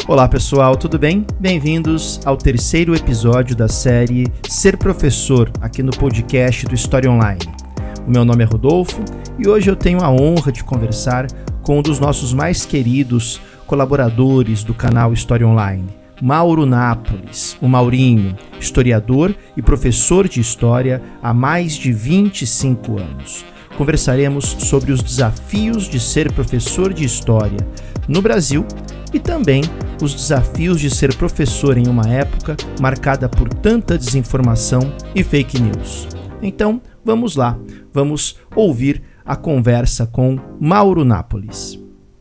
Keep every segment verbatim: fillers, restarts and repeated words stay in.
Olá pessoal, tudo bem? Bem-vindos ao terceiro episódio da série Ser Professor, aqui no podcast do História Online. O meu nome é Rodolfo e hoje eu tenho a honra de conversar com um dos nossos mais queridos colaboradores do canal História Online, Mauro Nápoles, o Maurinho, historiador e professor de História há mais de vinte e cinco anos. Conversaremos sobre os desafios de ser professor de História no Brasil e também os desafios de ser professor em uma época marcada por tanta desinformação e fake news. Então, vamos lá, vamos ouvir a conversa com Mauro Nápoles.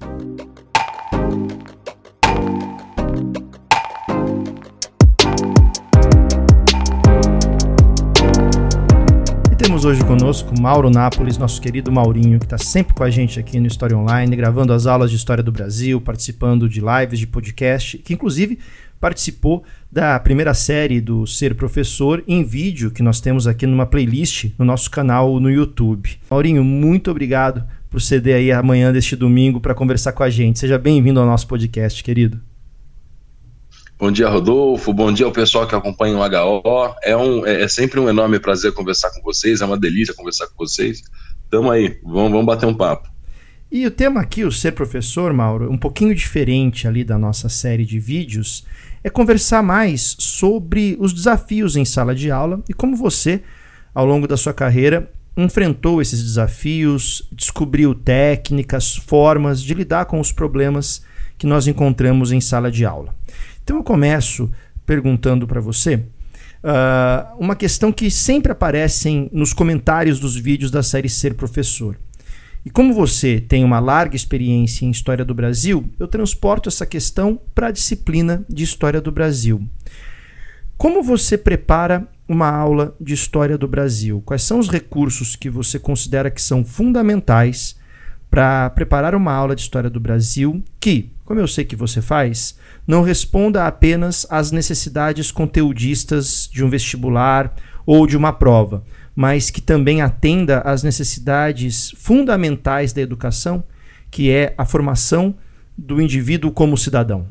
Temos hoje conosco Mauro Nápoles, nosso querido Maurinho, que está sempre com a gente aqui no História Online, gravando as aulas de História do Brasil, participando de lives, de podcast, que inclusive participou da primeira série do Ser Professor em vídeo, que nós temos aqui numa playlist no nosso canal no YouTube. Maurinho, muito obrigado por ceder aí amanhã deste domingo para conversar com a gente. Seja bem-vindo ao nosso podcast, querido. Bom dia, Rodolfo. Bom dia ao pessoal que acompanha o H O. É, um, é, é sempre um enorme prazer conversar com vocês, é uma delícia conversar com vocês. Tamo aí, vamos, vamos bater um papo. E o tema aqui, o Ser Professor, Mauro, um pouquinho diferente ali da nossa série de vídeos, é conversar mais sobre os desafios em sala de aula e como você, ao longo da sua carreira, enfrentou esses desafios, descobriu técnicas, formas de lidar com os problemas que nós encontramos em sala de aula. Então eu começo perguntando para você uh, uma questão que sempre aparece nos comentários dos vídeos da série Ser Professor. E como você tem uma larga experiência em História do Brasil, eu transporto essa questão para a disciplina de História do Brasil. Como você prepara uma aula de História do Brasil? Quais são os recursos que você considera que são fundamentais para preparar uma aula de História do Brasil que, como eu sei que você faz, não responda apenas às necessidades conteudistas de um vestibular ou de uma prova, mas que também atenda às necessidades fundamentais da educação, que é a formação do indivíduo como cidadão?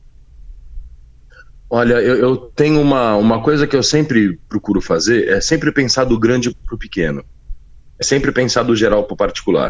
Olha, eu, eu tenho uma, uma coisa que eu sempre procuro fazer, é sempre pensar do grande para o pequeno. É sempre pensar do geral para o particular.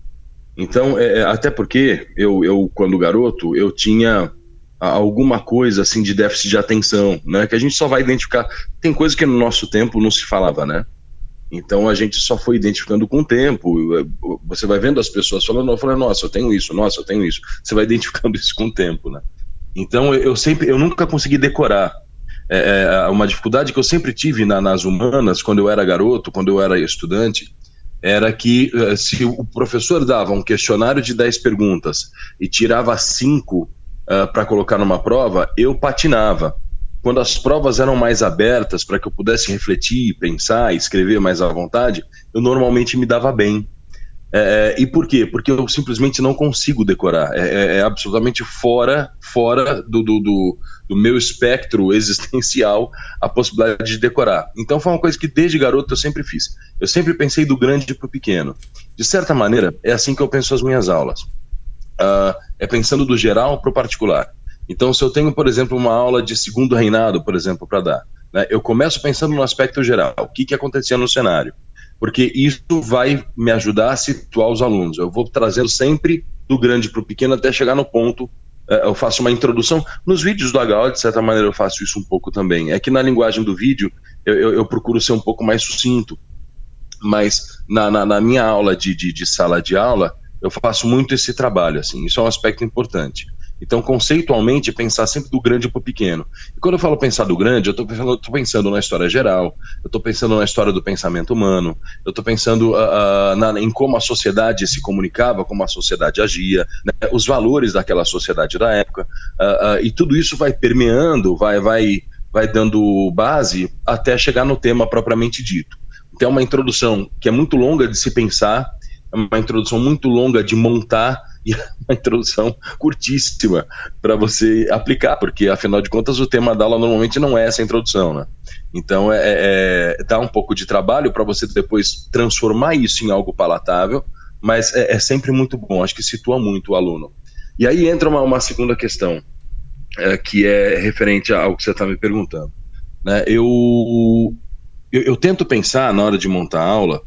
Então, é, até porque eu, eu, quando garoto, eu tinha alguma coisa assim de déficit de atenção, né? Que a gente só vai identificar. Tem coisas que no nosso tempo não se falava, né? Então a gente só foi identificando com o tempo. Você vai vendo as pessoas falando, eu falei, nossa, eu tenho isso, nossa, eu tenho isso. Você vai identificando isso com o tempo, né? Então eu, eu sempre, eu nunca consegui decorar. É, é, uma dificuldade que eu sempre tive na, nas humanas, quando eu era garoto, quando eu era estudante, era que se o professor dava um questionário de dez perguntas e tirava cinco uh, para colocar numa prova, eu patinava. Quando as provas eram mais abertas para que eu pudesse refletir, pensar, escrever mais à vontade, eu normalmente me dava bem. É, e por quê? Porque eu simplesmente não consigo decorar. É, é, é absolutamente fora, fora do, do, do, do meu espectro existencial a possibilidade de decorar. Então foi uma coisa que desde garoto eu sempre fiz. Eu sempre pensei do grande para o pequeno. De certa maneira, é assim que eu penso as minhas aulas. Uh, é pensando do geral para o particular. Então se eu tenho, por exemplo, uma aula de segundo reinado, por exemplo, para dar, né, eu começo pensando no aspecto geral. O que, que acontecia no cenário? Porque isso vai me ajudar a situar os alunos. Eu vou trazendo sempre do grande para o pequeno até chegar no ponto. Eu faço uma introdução. Nos vídeos do H O, de certa maneira, eu faço isso um pouco também. É que na linguagem do vídeo, eu, eu, eu procuro ser um pouco mais sucinto. Mas na, na, na minha aula de, de, de sala de aula, eu faço muito esse trabalho. Assim. Isso é um aspecto importante. Então, conceitualmente, pensar sempre do grande para o pequeno. E quando eu falo pensar do grande, eu estou pensando, eu tô pensando na história geral, eu estou pensando na história do pensamento humano, eu estou pensando uh, uh, na, em como a sociedade se comunicava, como a sociedade agia, né, os valores daquela sociedade da época, uh, uh, e tudo isso vai permeando, vai, vai, vai dando base até chegar no tema propriamente dito. Então, é uma introdução que é muito longa de se pensar, é uma introdução muito longa de montar, e uma introdução curtíssima para você aplicar, porque afinal de contas o tema da aula normalmente não é essa introdução, né? Então é, é, dá um pouco de trabalho para você depois transformar isso em algo palatável, mas é, é sempre muito bom, acho que situa muito o aluno. E aí entra uma, uma segunda questão. é, que é referente ao que você está me perguntando. Né? Eu, eu, eu tento pensar, na hora de montar a aula,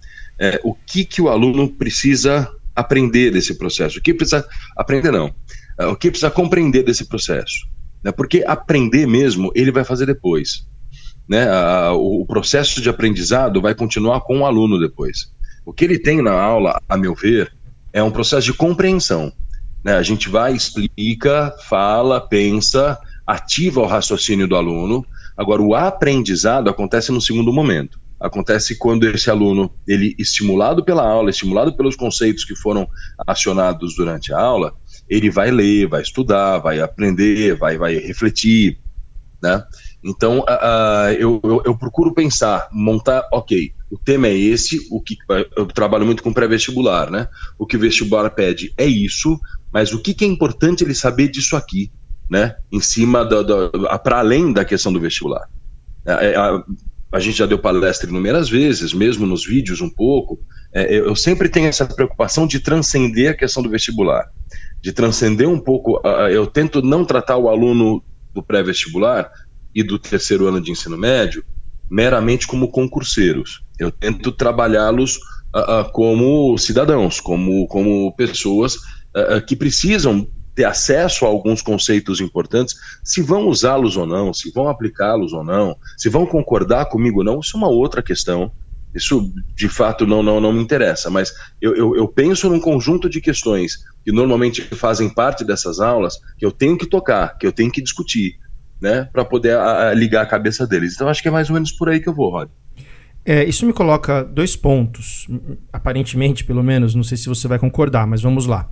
é, o que, que o aluno precisa aprender desse processo. O que precisa aprender, não. É, o que precisa compreender desse processo. Né? Porque aprender mesmo, ele vai fazer depois. Né? A, o, o processo de aprendizado vai continuar com o aluno depois. O que ele tem na aula, a meu ver, é um processo de compreensão. Né? A gente vai, explica, fala, pensa, ativa o raciocínio do aluno. Agora, o aprendizado acontece no segundo momento. Acontece quando esse aluno, ele estimulado pela aula, estimulado pelos conceitos que foram acionados durante a aula, ele vai ler, vai estudar, vai aprender, vai, vai refletir, né? Então, uh, uh, eu, eu, eu procuro pensar, montar, ok, o tema é esse, o que, eu trabalho muito com pré-vestibular, né? O que o vestibular pede é isso, mas o que, que é importante ele saber disso aqui, né? Em cima, para além da questão do vestibular. É, a, a gente já deu palestra inúmeras vezes, mesmo nos vídeos um pouco, é, eu sempre tenho essa preocupação de transcender a questão do vestibular, de transcender um pouco, uh, eu tento não tratar o aluno do pré-vestibular e do terceiro ano de ensino médio meramente como concurseiros. Eu tento trabalhá-los uh, uh, como cidadãos, como, como pessoas uh, uh, que precisam ter acesso a alguns conceitos importantes, se vão usá-los ou não, se vão aplicá-los ou não, se vão concordar comigo ou não, isso é uma outra questão. Isso, de fato, não, não, não me interessa, mas eu, eu, eu penso num conjunto de questões que normalmente fazem parte dessas aulas, que eu tenho que tocar, que eu tenho que discutir, né, para poder a, a, ligar a cabeça deles. Então, acho que é mais ou menos por aí que eu vou, Rod. É, isso me coloca dois pontos, aparentemente, pelo menos, não sei se você vai concordar, mas vamos lá.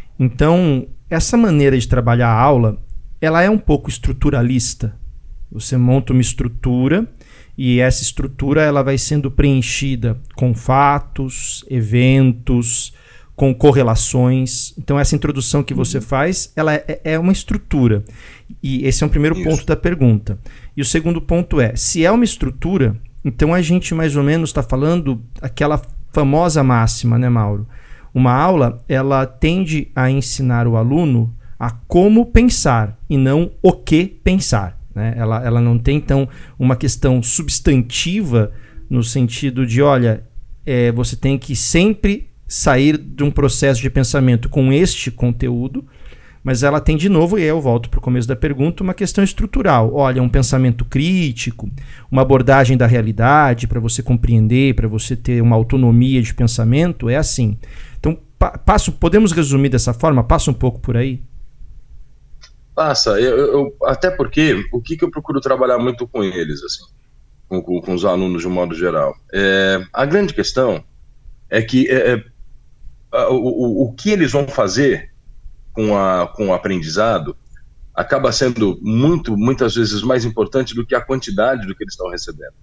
Então, essa maneira de trabalhar a aula, ela é um pouco estruturalista. Você monta uma estrutura e essa estrutura ela vai sendo preenchida com fatos, eventos, com correlações. Então, essa introdução que você faz, ela é, é uma estrutura. E esse é o primeiro Isso. ponto da pergunta. E o segundo ponto é, se é uma estrutura, então a gente mais ou menos está falando aquela famosa máxima, né, Mauro? Uma aula, ela tende a ensinar o aluno a como pensar e não o que pensar. Né? Ela, ela não tem, então, uma questão substantiva no sentido de, olha, é, você tem que sempre sair de um processo de pensamento com este conteúdo, mas ela tem, de novo, e aí eu volto para o começo da pergunta, uma questão estrutural. Olha, um pensamento crítico, uma abordagem da realidade para você compreender, para você ter uma autonomia de pensamento, é assim. Então, pa- passo, podemos resumir dessa forma? Passa um pouco por aí? Passa, eu, eu, até porque o que, que eu procuro trabalhar muito com eles, assim, com, com, com os alunos de um modo geral. É, a grande questão é que é, é, o, o, o que eles vão fazer com, a, com o aprendizado acaba sendo muito, muitas vezes mais importante do que a quantidade do que eles estão recebendo.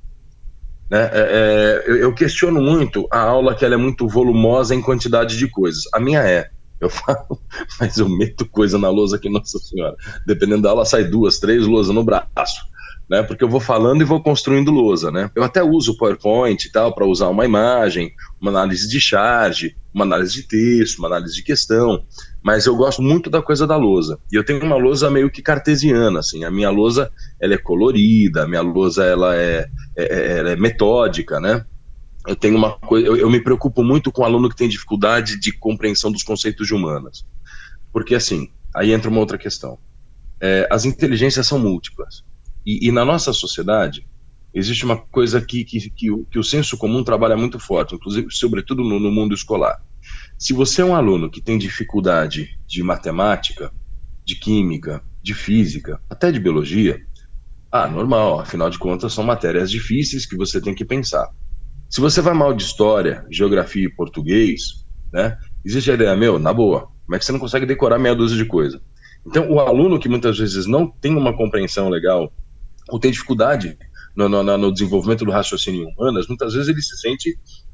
Né? É, é, eu, eu questiono muito a aula que ela é muito volumosa em quantidade de coisas. A minha é. Eu falo, mas eu meto coisa na lousa que, nossa senhora, dependendo da aula sai duas, três lousas no braço, né? Porque eu vou falando e vou construindo lousa, né? Eu até uso o PowerPoint e tal para usar uma imagem, uma análise de charge, uma análise de texto, uma análise de questão, mas eu gosto muito da coisa da lousa. E eu tenho uma lousa meio que cartesiana, assim. A minha lousa, ela é colorida, a minha lousa, ela é, é, ela é metódica, né? Eu tenho uma coisa, eu, eu me preocupo muito com o aluno que tem dificuldade de compreensão dos conceitos de humanas, porque assim, aí entra uma outra questão. É, as inteligências são múltiplas e, e na nossa sociedade existe uma coisa que, que, que, o, que o senso comum trabalha muito forte, inclusive, sobretudo no, no mundo escolar. Se você é um aluno que tem dificuldade de matemática, de química, de física, até de biologia, ah, normal, afinal de contas são matérias difíceis que você tem que pensar. Se você vai mal de história, geografia e português, né, existe a ideia, meu, na boa, como é que você não consegue decorar meia dúzia de coisa? Então, o aluno que muitas vezes não tem uma compreensão legal, ou tem dificuldade no, no, no desenvolvimento do raciocínio humanas, muitas vezes ele se sente,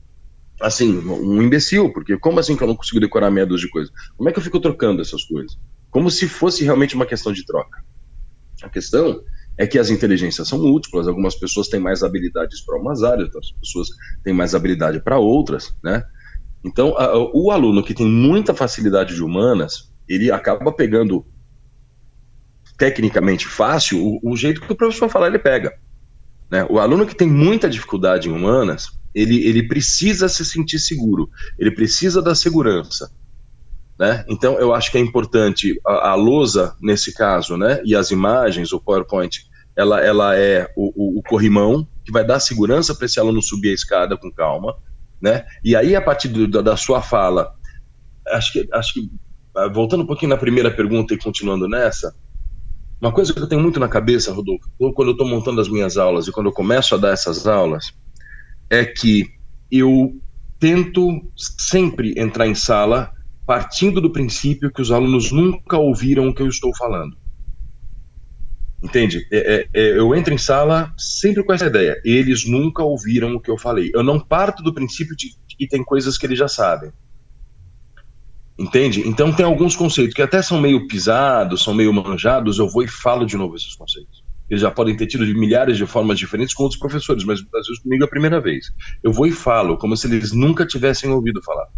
assim, um imbecil, porque como assim que eu não consigo decorar meia dúzia de coisa? Como é que eu fico trocando essas coisas? Como se fosse realmente uma questão de troca. A questão é que as inteligências são múltiplas, algumas pessoas têm mais habilidades para umas áreas, outras pessoas têm mais habilidade para outras, né? Então, a, o aluno que tem muita facilidade de humanas, ele acaba pegando tecnicamente fácil, o, o jeito que o professor falar, ele pega. Né? O aluno que tem muita dificuldade em humanas, ele, ele precisa se sentir seguro, ele precisa da segurança. Né? Então, eu acho que é importante a, a lousa, nesse caso, né? E as imagens, o PowerPoint, ela, ela é o, o, o corrimão, que vai dar segurança para esse aluno subir a escada com calma. Né? E aí, a partir do, da, da sua fala, acho que, acho que, voltando um pouquinho na primeira pergunta e continuando nessa, uma coisa que eu tenho muito na cabeça, Rodolfo, quando eu estou montando as minhas aulas e quando eu começo a dar essas aulas, é que eu tento sempre entrar em sala partindo do princípio que os alunos nunca ouviram o que eu estou falando. Entende? É, é, é, eu entro em sala sempre com essa ideia. Eles nunca ouviram o que eu falei. Eu não parto do princípio de que tem coisas que eles já sabem. Entende? Então tem alguns conceitos que até são meio pisados, são meio manjados, eu vou e falo de novo esses conceitos. Eles já podem ter tido de milhares de formas diferentes com outros professores, mas às vezes comigo é a primeira vez. Eu vou e falo, como se eles nunca tivessem ouvido falar.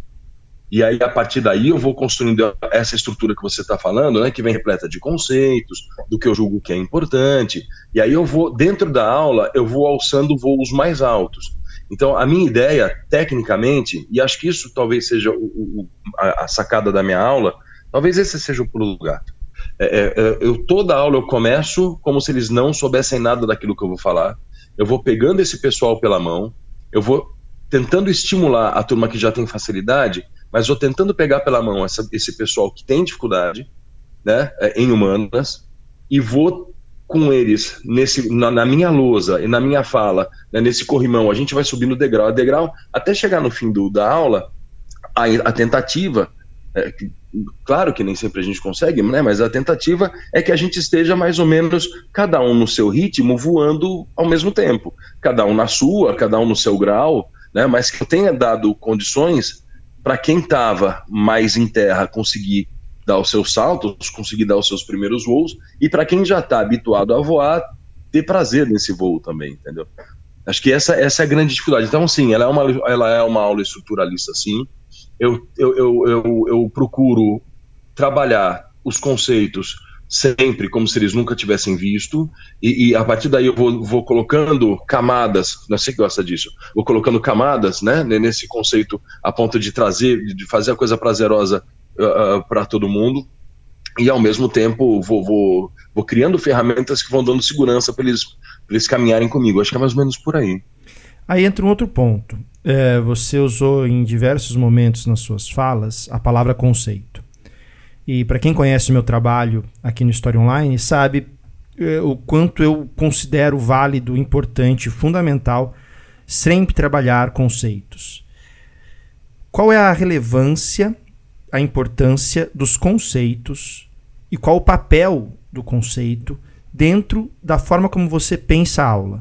E aí, a partir daí, eu vou construindo essa estrutura que você está falando, né, que vem repleta de conceitos, do que eu julgo que é importante. E aí eu vou, dentro da aula, eu vou alçando voos mais altos. Então, a minha ideia, tecnicamente, e acho que isso talvez seja o, o, a, a sacada da minha aula, talvez esse seja o pulo do gato. É, é, eu, toda aula eu começo como se eles não soubessem nada daquilo que eu vou falar. Eu vou pegando esse pessoal pela mão, eu vou tentando estimular a turma que já tem facilidade, mas vou tentando pegar pela mão essa, esse pessoal que tem dificuldade, né, em humanas, e vou com eles nesse, na, na minha lousa e na minha fala, né, nesse corrimão. A gente vai subindo degrau a degrau até chegar no fim do, da aula. A, a tentativa, é, que, claro que nem sempre a gente consegue, né, mas a tentativa é que a gente esteja mais ou menos cada um no seu ritmo, voando ao mesmo tempo, cada um na sua, cada um no seu grau, né, mas que eu tenha dado condições para quem estava mais em terra conseguir dar os seus saltos, conseguir dar os seus primeiros voos, e para quem já está habituado a voar, ter prazer nesse voo também, entendeu? Acho que essa, essa é a grande dificuldade. Então, sim, ela é uma, ela é uma aula estruturalista, sim. Eu, eu, eu, eu, eu procuro trabalhar os conceitos sempre como se eles nunca tivessem visto, e, e a partir daí eu vou, vou colocando camadas, não sei que gosta disso, vou colocando camadas, né, nesse conceito a ponto de trazer, de fazer a coisa prazerosa uh, uh, para todo mundo, e ao mesmo tempo vou, vou, vou criando ferramentas que vão dando segurança para eles, para eles caminharem comigo. Acho que é mais ou menos por aí. Aí entra um outro ponto. É, você usou em diversos momentos nas suas falas a palavra conceito. E para quem conhece o meu trabalho aqui no História Online, sabe eh, o quanto eu considero válido, importante, fundamental sempre trabalhar conceitos. Qual é a relevância, a importância dos conceitos e qual o papel do conceito dentro da forma como você pensa a aula?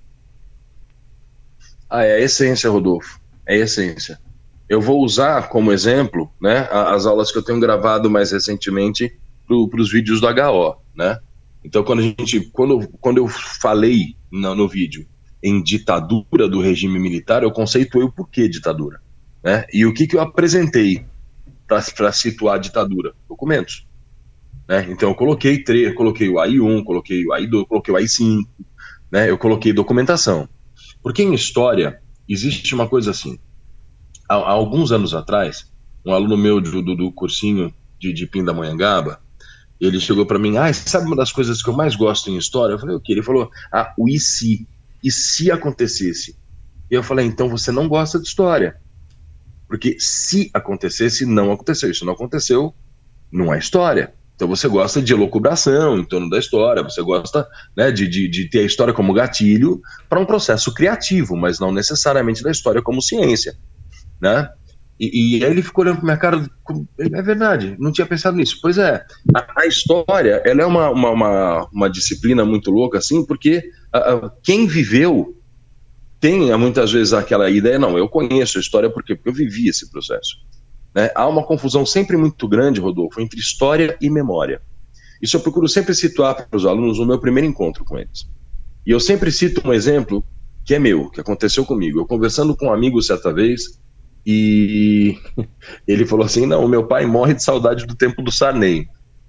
Ah, é a essência, Rodolfo. É a essência. Eu vou usar como exemplo, né, as aulas que eu tenho gravado mais recentemente para os vídeos do H O, né? Então, quando a gente, quando, quando eu falei no, no vídeo em ditadura do regime militar, eu conceituei o porquê ditadura, né? E o que, que eu apresentei para situar a ditadura? Documentos, né? Então, eu coloquei três, coloquei o A I um, coloquei o A I dois, coloquei o A I cinco, né? Eu coloquei documentação, porque em história existe uma coisa assim. Há, há alguns anos atrás, um aluno meu do, do, do cursinho de, de Pindamonhangaba, ele chegou para mim, ah, sabe uma das coisas que eu mais gosto em história? Eu falei, o quê? Ele falou, ah, o e se? E se acontecesse? E eu falei, então você não gosta de história. Porque se acontecesse, não aconteceu. Isso não aconteceu, não é história. Então você gosta de elucubração em torno da história, você gosta, né, de, de, de ter a história como gatilho para um processo criativo, mas não necessariamente da história como ciência. Né? E, e aí ele ficou olhando pra minha cara, é verdade, não tinha pensado nisso. Pois é, a, a história, ela é uma, uma, uma, uma disciplina muito louca, assim, porque a, a, quem viveu tem muitas vezes aquela ideia, não, eu conheço a história porque, porque eu vivi esse processo. Né? Há uma confusão sempre muito grande, Rodolfo, entre história e memória. Isso eu procuro sempre situar para os alunos no meu primeiro encontro com eles. E eu sempre cito um exemplo que é meu, que aconteceu comigo. Eu conversando com um amigo certa vez, e ele falou assim, não, meu pai morre de saudade do tempo do Sarney.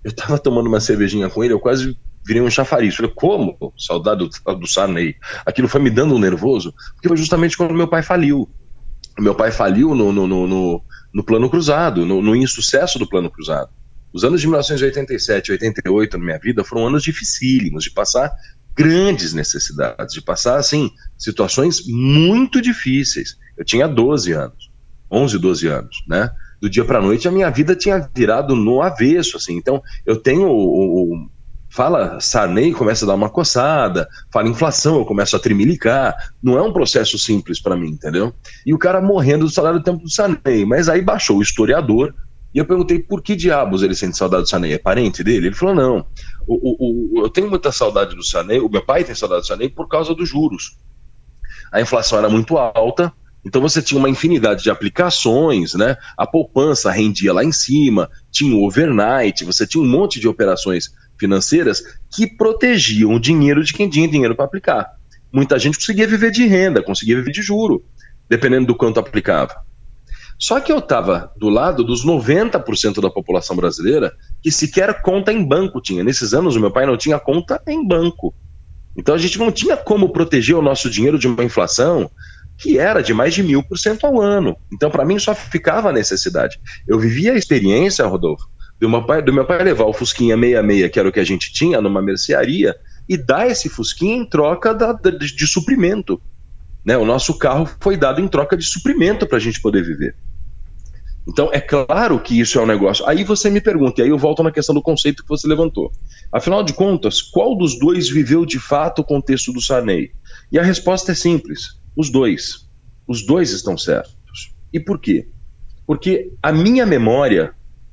eu tava tomando uma cervejinha com ele, eu quase virei um chafariz. Falei, como? Saudade do, do Sarney. Aquilo foi me dando um nervoso, porque foi justamente quando meu pai faliu. Meu pai faliu no, no, no, no, no plano cruzado, no, no insucesso do plano cruzado. Os anos de mil novecentos e oitenta e sete e oitenta e oito na minha vida foram anos dificílimos, de passar grandes necessidades, de passar, assim, situações muito difíceis. Eu tinha doze anos, onze, doze anos, né? Do dia para a noite a minha vida tinha virado no avesso, assim. Então eu tenho o, o fala Sarney, começa a dar uma coçada, fala inflação, eu começo a trimilicar. Não é um processo simples para mim, entendeu? E o cara morrendo do salário do tempo do Sarney, mas aí baixou o historiador e eu perguntei por que diabos ele sente saudade do Sarney, é parente dele? Ele falou, não, o, o, o, eu tenho muita saudade do Sarney, o meu pai tem saudade do Sarney por causa dos juros. A inflação era muito alta, então você tinha uma infinidade de aplicações, né? A poupança rendia lá em cima, tinha o overnight, você tinha um monte de operações financeiras que protegiam o dinheiro de quem tinha dinheiro para aplicar. Muita gente conseguia viver de renda, conseguia viver de juro, dependendo do quanto aplicava. Só que eu estava do lado dos noventa por cento da população brasileira que sequer conta em banco tinha. Nesses anos o meu pai não tinha conta em banco. Então a gente não tinha como proteger o nosso dinheiro de uma inflação que era de mais de mil por cento ao ano. Então, para mim, só ficava a necessidade. Eu vivia a experiência, Rodolfo, do meu pai, do meu pai levar o Fusquinha sessenta e seis, que era o que a gente tinha numa mercearia, e dar esse Fusquinha em troca da, da, de, de suprimento. Né? O nosso carro foi dado em troca de suprimento para a gente poder viver. Então, é claro que isso é um negócio. Aí você me pergunta, e aí eu volto na questão do conceito que você levantou. Afinal de contas, qual dos dois viveu de fato o contexto do Sarney? E a resposta é simples. Os dois. Os dois estão certos. E por quê? Porque a minha memória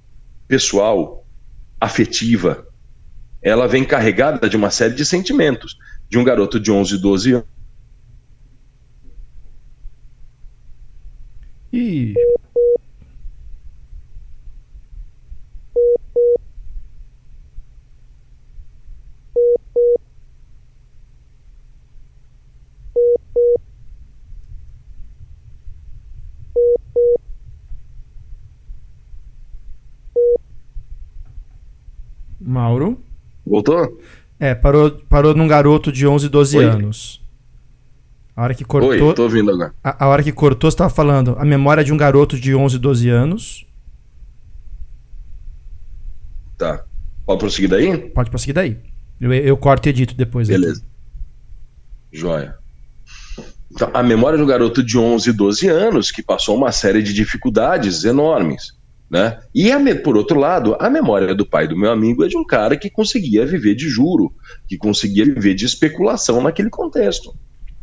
pessoal, afetiva, ela vem carregada de uma série de sentimentos. De um garoto de onze, doze anos. E... Mauro? Voltou? É, parou, parou num garoto de onze, doze Oi? anos. A hora que cortou... Oi, tô ouvindo agora. A, a hora que cortou, você estava falando a memória de um garoto de onze, doze anos. Tá. Pode prosseguir daí? Pode prosseguir daí. Eu, eu corto e edito depois. Beleza. Aqui. Joia. Então, a memória de um garoto de onze, doze anos que passou uma série de dificuldades enormes. Né? E, a, por outro lado, a memória do pai do meu amigo é de um cara que conseguia viver de juro, que conseguia viver de especulação naquele contexto.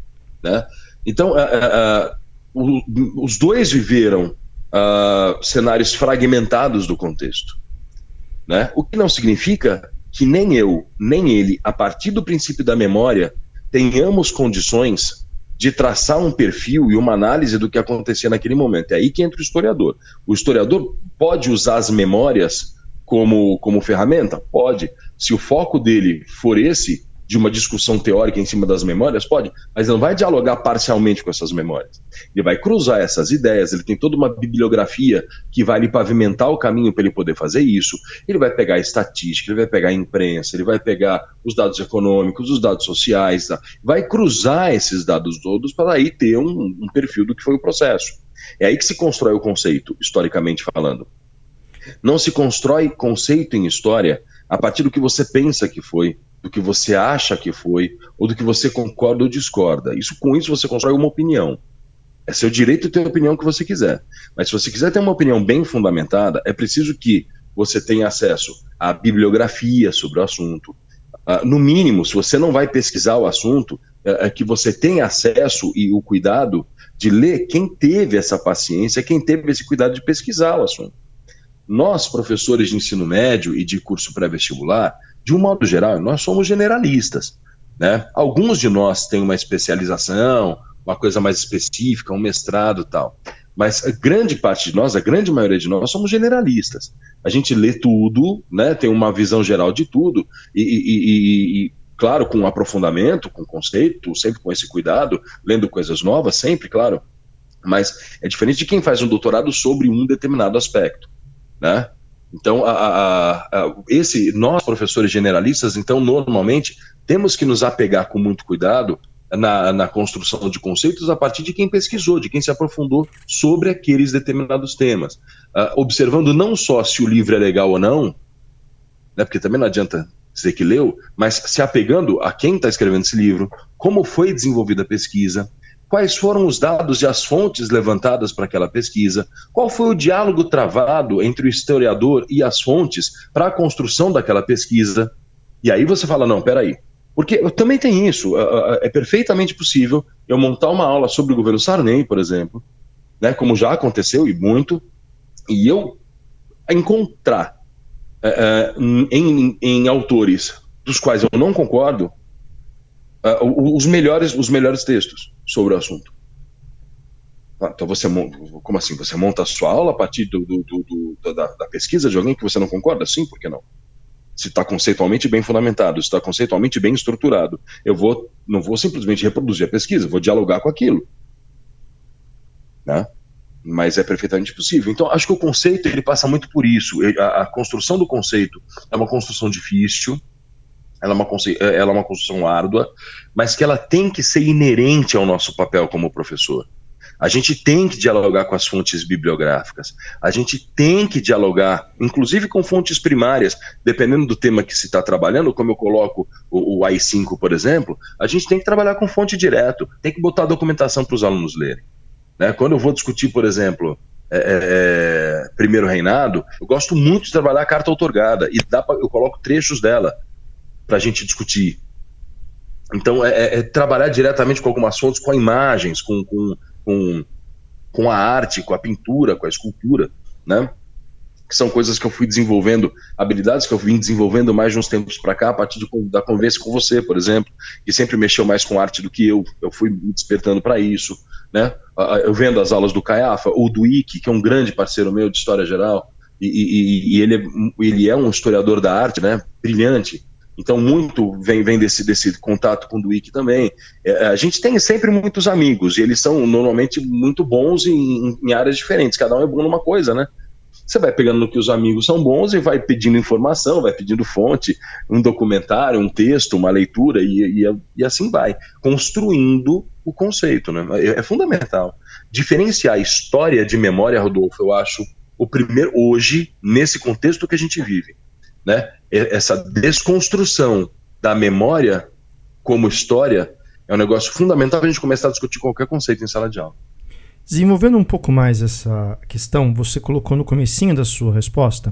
Né? Então, a, a, a, o, os dois viveram a, cenários fragmentados do contexto. Né? O que não significa que nem eu, nem ele, a partir do princípio da memória, tenhamos condições de traçar um perfil e uma análise do que acontecia naquele momento. É aí que entra o historiador. O historiador pode usar as memórias como, como ferramenta? Pode. Se o foco dele for esse, de uma discussão teórica em cima das memórias, pode, mas não vai dialogar parcialmente com essas memórias. Ele vai cruzar essas ideias, ele tem toda uma bibliografia que vai lhe pavimentar o caminho para ele poder fazer isso. Ele vai pegar a estatística, ele vai pegar a imprensa, ele vai pegar os dados econômicos, os dados sociais, tá? Vai cruzar esses dados todos para aí ter um, um perfil do que foi o processo. É aí que se constrói o conceito, historicamente falando. Não se constrói conceito em história a partir do que você pensa que foi, do que você acha que foi, ou do que você concorda ou discorda. Isso, com isso você constrói uma opinião. É seu direito de ter a opinião que você quiser. Mas se você quiser ter uma opinião bem fundamentada, é preciso que você tenha acesso à bibliografia sobre o assunto. Uh, no mínimo, se você não vai pesquisar o assunto, é, é que você tenha acesso e o cuidado de ler quem teve essa paciência, quem teve esse cuidado de pesquisar o assunto. Nós, professores de ensino médio e de curso pré-vestibular, de um modo geral, nós somos generalistas. Né? Alguns de nós têm uma especialização, uma coisa mais específica, um mestrado e tal. Mas a grande parte de nós, a grande maioria de nós, somos generalistas. A gente lê tudo, né? Tem uma visão geral de tudo, e, e, e, e, claro, com aprofundamento, com conceito, sempre com esse cuidado, lendo coisas novas, sempre, claro. Mas é diferente de quem faz um doutorado sobre um determinado aspecto. Né? Então, a, a, a, esse, nós, professores generalistas, então, normalmente, temos que nos apegar com muito cuidado na, na construção de conceitos a partir de quem pesquisou, de quem se aprofundou sobre aqueles determinados temas. Uh, observando não só se o livro é legal ou não, né, porque também não adianta dizer que leu, mas se apegando a quem está escrevendo esse livro, como foi desenvolvida a pesquisa, quais foram os dados e as fontes levantadas para aquela pesquisa, qual foi o diálogo travado entre o historiador e as fontes para a construção daquela pesquisa. E aí você fala, não, peraí, porque também tem isso, é perfeitamente possível eu montar uma aula sobre o governo Sarney, por exemplo, né, como já aconteceu e muito, e eu encontrar é, em, em autores dos quais eu não concordo, Uh, os, melhores, os melhores textos sobre o assunto. Ah, então você monta, como assim? Você monta a sua aula a partir do, do, do, do, da, da pesquisa de alguém que você não concorda? Sim, por que não? Se está conceitualmente bem fundamentado, se está conceitualmente bem estruturado, eu vou, não vou simplesmente reproduzir a pesquisa, vou dialogar com aquilo. Né? Mas é perfeitamente possível. Então, acho que o conceito ele passa muito por isso. A, a construção do conceito é uma construção difícil, Ela é, uma, ela é uma construção árdua, mas que ela tem que ser inerente ao nosso papel como professor. A gente tem que dialogar com as fontes bibliográficas, a gente tem que dialogar, inclusive com fontes primárias, dependendo do tema que se está trabalhando, como eu coloco o, o A I cinco, por exemplo, a gente tem que trabalhar com fonte direto, tem que botar a documentação para os alunos lerem. Né? Quando eu vou discutir, por exemplo, é, é, Primeiro Reinado, eu gosto muito de trabalhar a carta outorgada, e dá pra, eu coloco trechos dela, para a gente discutir. Então, é, é trabalhar diretamente com algumas fontes, com imagens, com, com, com, com a arte, com a pintura, com a escultura, né? Que são coisas que eu fui desenvolvendo, habilidades que eu vim desenvolvendo mais de uns tempos para cá, a partir de, da convivência com você, por exemplo, que sempre mexeu mais com arte do que eu, eu fui me despertando para isso, né? Eu vendo as aulas do Caiafa, ou do Ike, que é um grande parceiro meu de História Geral, e, e, e ele, é, ele é um historiador da arte, né? Brilhante. Então, muito vem, vem desse, desse contato com o Duíque também. É, a gente tem sempre muitos amigos, e eles são normalmente muito bons em, em áreas diferentes. Cada um é bom numa coisa, né? Você vai pegando no que os amigos são bons e vai pedindo informação, vai pedindo fonte, um documentário, um texto, uma leitura, e, e, e assim vai, construindo o conceito, né? É, é fundamental. Diferenciar a história de memória, Rodolfo, eu acho o primeiro, hoje, nesse contexto que a gente vive. Né? Essa desconstrução da memória como história é um negócio fundamental para a gente começar a discutir qualquer conceito em sala de aula. Desenvolvendo um pouco mais essa questão, você colocou no comecinho da sua resposta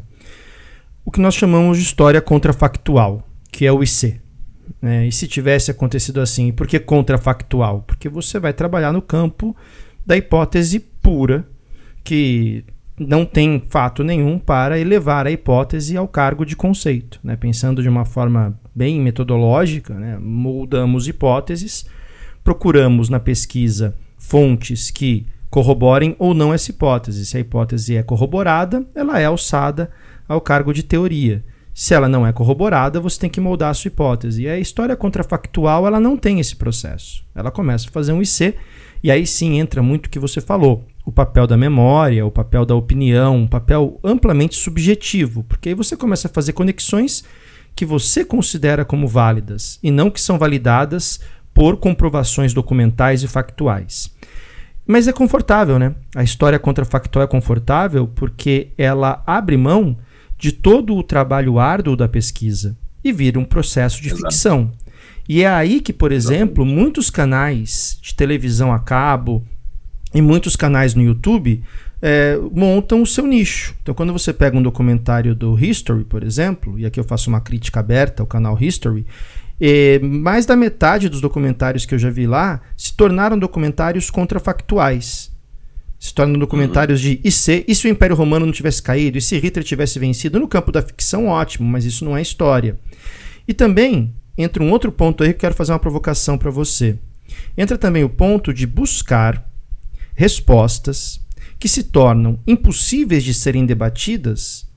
o que nós chamamos de história contrafactual, que é o I C. Né? E se tivesse acontecido assim, por que contrafactual? Porque você vai trabalhar no campo da hipótese pura, que não tem fato nenhum para elevar a hipótese ao cargo de conceito. Né? Pensando de uma forma bem metodológica, né? Moldamos hipóteses, procuramos na pesquisa fontes que corroborem ou não essa hipótese. Se a hipótese é corroborada, ela é alçada ao cargo de teoria. Se ela não é corroborada, você tem que moldar a sua hipótese. E a história contrafactual ela não tem esse processo. Ela começa a fazer um I C, e aí sim entra muito o que você falou. O papel da memória, o papel da opinião, um papel amplamente subjetivo, porque aí você começa a fazer conexões que você considera como válidas e não que são validadas por comprovações documentais e factuais. Mas é confortável, né? A história contrafactual é confortável porque ela abre mão de todo o trabalho árduo da pesquisa e vira um processo de Exato. ficção. E é aí que, por exemplo, muitos canais de televisão a cabo e muitos canais no YouTube é, montam o seu nicho. Então, quando você pega um documentário do History, por exemplo, e aqui eu faço uma crítica aberta ao canal History, é, mais da metade dos documentários que eu já vi lá se tornaram documentários contrafactuais. Se tornam documentários uhum. de e se, e se o Império Romano não tivesse caído, e se Hitler tivesse vencido? No campo da ficção, ótimo, mas isso não é história. E também entra um outro ponto aí que eu quero fazer uma provocação para você. Entra também o ponto de buscar respostas que se tornam impossíveis de serem debatidas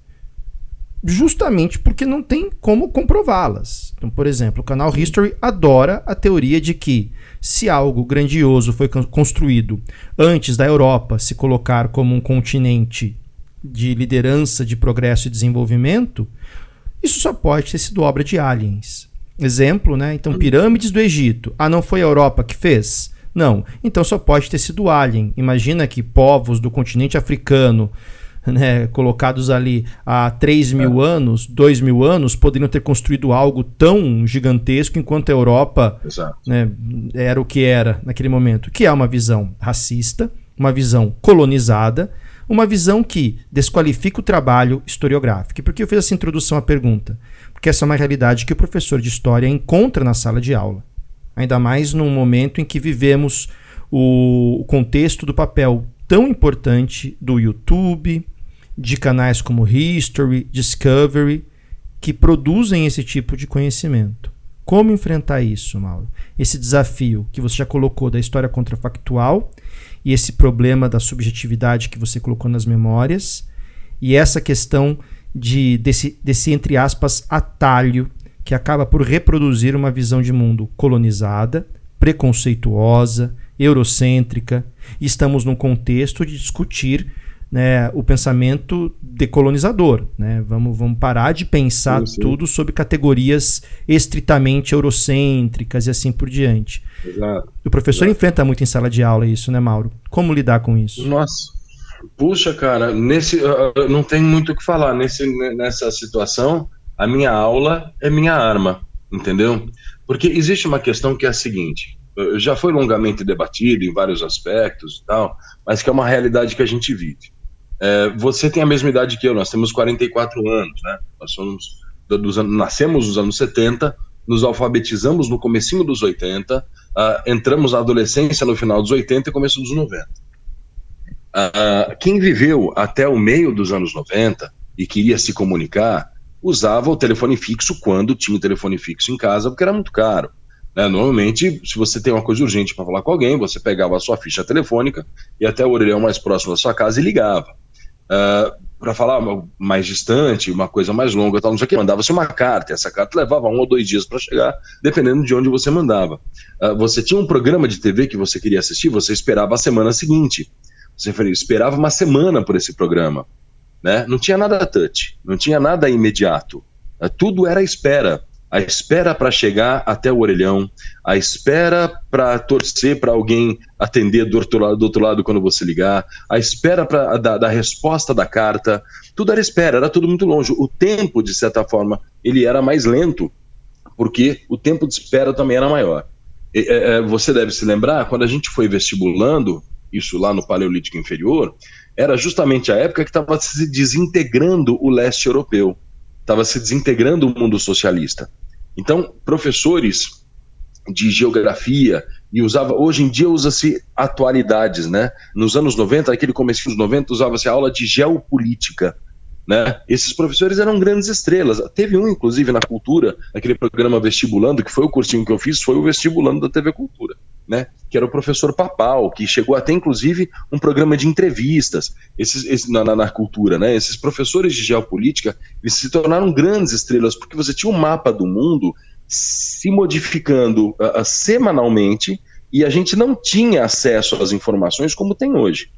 justamente porque não tem como comprová-las. Então, por exemplo, o canal History adora a teoria de que se algo grandioso foi construído antes da Europa se colocar como um continente de liderança, de progresso e desenvolvimento, isso só pode ter sido obra de aliens. Exemplo, né? Então, pirâmides do Egito. Ah, não foi a Europa que fez? Não. Então só pode ter sido alien. Imagina que povos do continente africano, né, colocados ali há três mil anos, dois mil anos, poderiam ter construído algo tão gigantesco enquanto a Europa, né, era o que era naquele momento. Que é uma visão racista, uma visão colonizada, uma visão que desqualifica o trabalho historiográfico. E por que eu fiz essa introdução à pergunta? Porque essa é uma realidade que o professor de história encontra na sala de aula. Ainda mais num momento em que vivemos o contexto do papel tão importante do YouTube, de canais como History, Discovery, que produzem esse tipo de conhecimento. Como enfrentar isso, Mauro? Esse desafio que você já colocou da história contrafactual e esse problema da subjetividade que você colocou nas memórias e essa questão de, desse, desse, entre aspas, atalho que acaba por reproduzir uma visão de mundo colonizada, preconceituosa, eurocêntrica, e estamos num contexto de discutir, né, o pensamento decolonizador. Né? Vamos, vamos parar de pensar sim, sim. tudo sob categorias estritamente eurocêntricas e assim por diante. Exato. O professor Exato. enfrenta muito em sala de aula isso, né, Mauro? Como lidar com isso? Nossa, puxa, cara, nesse, uh, não tem muito o que falar. Nesse, nessa situação, a minha aula é minha arma, entendeu? Porque existe uma questão que é a seguinte, já foi longamente debatido em vários aspectos e tal, mas que é uma realidade que a gente vive. É, você tem a mesma idade que eu, nós temos quarenta e quatro anos, né? Nós somos dos anos, nascemos nos anos setenta, nos alfabetizamos no comecinho dos oitenta, uh, entramos na adolescência no final dos oitenta e começo dos noventa. Uh, quem viveu até o meio dos anos noventa e queria se comunicar, usava o telefone fixo quando tinha o telefone fixo em casa, porque era muito caro. Né? Normalmente, se você tem uma coisa urgente para falar com alguém, você pegava a sua ficha telefônica e até o orelhão mais próximo da sua casa e ligava. Uh, para falar mais distante, uma coisa mais longa, tal, não sei o que, mandava-se uma carta, e essa carta levava um ou dois dias para chegar, dependendo de onde você mandava. Uh, você tinha um programa de T V que você queria assistir, você esperava a semana seguinte. Você esperava uma semana por esse programa. Né? Não tinha nada touch, não tinha nada imediato, tudo era espera, a espera para chegar até o orelhão, a espera para torcer para alguém atender do outro lado, do outro lado quando você ligar, a espera pra, da, da resposta da carta, tudo era espera, era tudo muito longe. O tempo, de certa forma, ele era mais lento, porque o tempo de espera também era maior. E, é, você deve se lembrar, quando a gente foi vestibulando, isso lá no Paleolítico Inferior, era justamente a época que estava se desintegrando o leste europeu, estava se desintegrando o mundo socialista. Então, professores de geografia, e usava, hoje em dia usa-se atualidades, né? Nos anos noventa, aquele começo dos noventa, usava-se a aula de geopolítica, né? Esses professores eram grandes estrelas. Teve um, inclusive, na Cultura, aquele programa Vestibulando, que foi o cursinho que eu fiz, foi o Vestibulando da T V Cultura, né? Que era o professor Papal, que chegou até, inclusive, um programa de entrevistas esses, esses, na, na, na Cultura, né? Esses professores de geopolítica, eles se tornaram grandes estrelas, porque você tinha um mapa do mundo se modificando uh, uh, semanalmente, e a gente não tinha acesso às informações como tem hoje.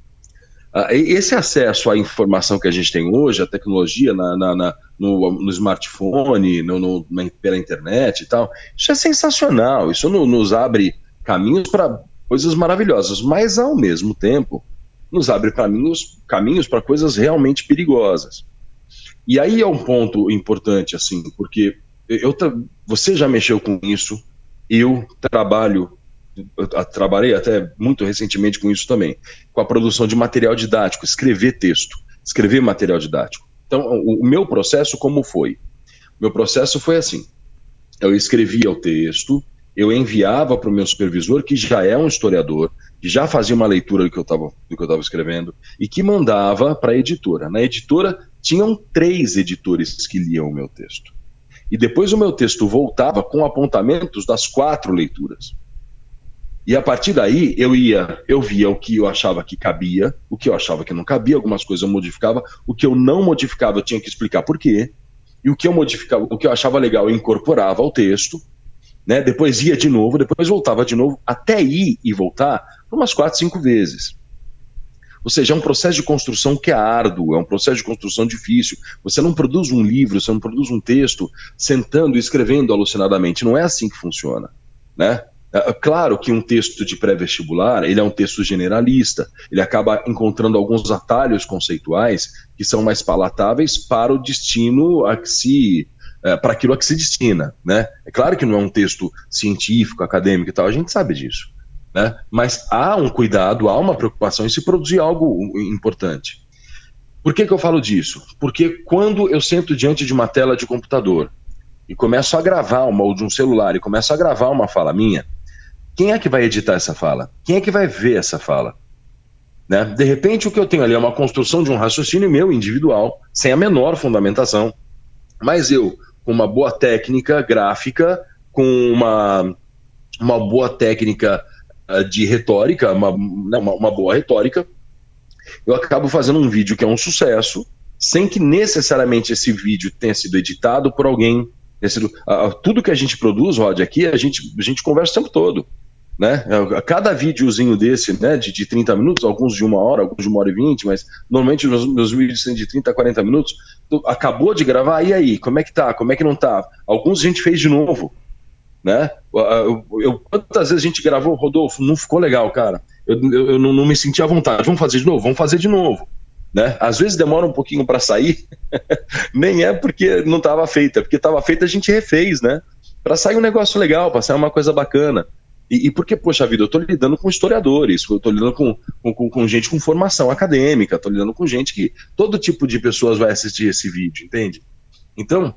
Uh, esse acesso à informação que a gente tem hoje, a tecnologia na, na, na, no, no smartphone, no, no, na, pela internet e tal, isso é sensacional, isso no, nos abre caminhos para coisas maravilhosas, mas ao mesmo tempo nos abre caminhos caminhos para coisas realmente perigosas. E aí é um ponto importante, assim, porque eu, você já mexeu com isso, eu trabalho, eu trabalhei até muito recentemente com isso também, com a produção de material didático, escrever texto, escrever material didático. Então, o, o meu processo como foi? Meu processo foi assim, eu escrevia o texto, eu enviava para o meu supervisor, que já é um historiador, que já fazia uma leitura do que eu estava do que eu estava escrevendo, e que mandava para a editora. Na editora, tinham três editores que liam o meu texto. E depois o meu texto voltava com apontamentos das quatro leituras. E a partir daí, eu ia, eu via o que eu achava que cabia, o que eu achava que não cabia, algumas coisas eu modificava, o que eu não modificava eu tinha que explicar por quê, e o que eu modificava, o que eu achava legal eu incorporava ao texto, né? Depois ia de novo, depois voltava de novo, até ir e voltar umas quatro, cinco vezes. Ou seja, é um processo de construção que é árduo, é um processo de construção difícil. Você não produz um livro, você não produz um texto sentando e escrevendo alucinadamente. Não é assim que funciona, né? É claro que um texto de pré-vestibular, ele é um texto generalista, ele acaba encontrando alguns atalhos conceituais que são mais palatáveis para o destino a que se, é, para aquilo a que se destina, né? É claro que não é um texto científico, acadêmico e tal, a gente sabe disso, né? Mas há um cuidado, há uma preocupação em se produzir algo importante. Por que que eu falo disso? Porque quando eu sento diante de uma tela de computador e começo a gravar, uma, ou de um celular, e começo a gravar uma fala minha, quem é que vai editar essa fala? Quem é que vai ver essa fala? Né? De repente, o que eu tenho ali é uma construção de um raciocínio meu, individual, sem a menor fundamentação, mas eu, com uma boa técnica gráfica, com uma, uma boa técnica uh, de retórica, uma, uma, uma boa retórica, eu acabo fazendo um vídeo que é um sucesso, sem que necessariamente esse vídeo tenha sido editado por alguém. Sido, uh, tudo que a gente produz, Rod, aqui, a gente, a gente conversa o tempo todo. Né? Cada videozinho desse, né, de, de trinta minutos, alguns de uma hora, alguns de uma hora e vinte, mas normalmente os meus, meus vídeos são de trinta a quarenta minutos. Acabou de gravar, e aí? Como é que tá? Como é que não tá? Alguns a gente fez de novo, né? Eu, eu, quantas vezes a gente gravou, Rodolfo, não ficou legal, cara. Eu, eu, eu não, não me senti à vontade. Vamos fazer de novo? Vamos fazer de novo. Né? Às vezes demora um pouquinho para sair, nem é porque não estava feita, porque estava feita a gente refez, né? Para sair um negócio legal, para sair uma coisa bacana. E, e porque, poxa vida, eu estou lidando com historiadores, eu estou lidando com, com, com gente com formação acadêmica, estou lidando com gente que todo tipo de pessoas vai assistir esse vídeo, entende? Então,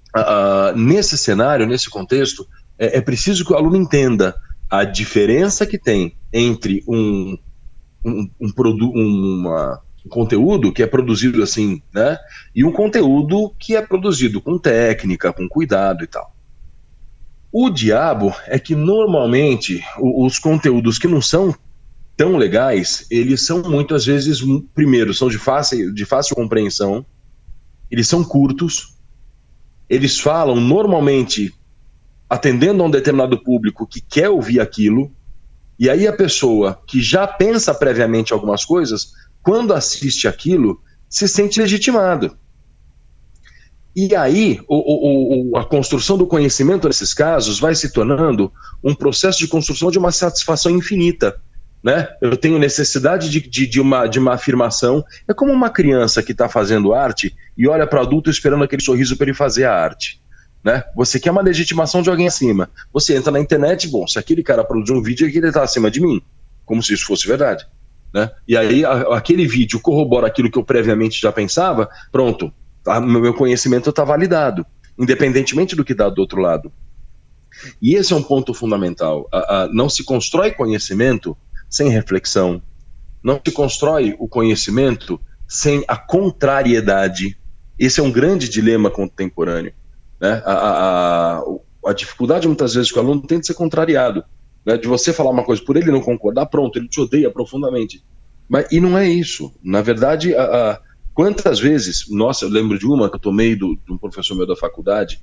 uh, nesse cenário, nesse contexto, é, é preciso que o aluno entenda a diferença que tem entre um, um, um, produ uma, um conteúdo que é produzido assim, né, e um conteúdo que é produzido com técnica, com cuidado e tal. O diabo é que normalmente os conteúdos que não são tão legais, eles são muitas vezes, primeiro, são de fácil, de fácil compreensão, eles são curtos, eles falam normalmente atendendo a um determinado público que quer ouvir aquilo, e aí a pessoa que já pensa previamente algumas coisas, quando assiste aquilo, se sente legitimado. E aí, o, o, a construção do conhecimento nesses casos vai se tornando um processo de construção de uma satisfação infinita, né? Eu tenho necessidade de, de, de, uma, de uma afirmação. É como uma criança que está fazendo arte e olha para o adulto esperando aquele sorriso para ele fazer a arte, né? Você quer uma legitimação de alguém acima. Você entra na internet, bom, se aquele cara produziu um vídeo, ele está acima de mim, como se isso fosse verdade, né? E aí, a, aquele vídeo corrobora aquilo que eu previamente já pensava, pronto. O meu conhecimento está validado, independentemente do que dá do outro lado. E esse é um ponto fundamental. A, a, não se constrói conhecimento sem reflexão. Não se constrói o conhecimento sem a contrariedade. Esse é um grande dilema contemporâneo, né? A, a, a, a dificuldade muitas vezes que o aluno tem de ser contrariado, né? De você falar uma coisa por ele não concordar, pronto, ele te odeia profundamente. Mas, e não é isso. Na verdade, a... a quantas vezes, nossa, eu lembro de uma que eu tomei do, de um professor meu da faculdade.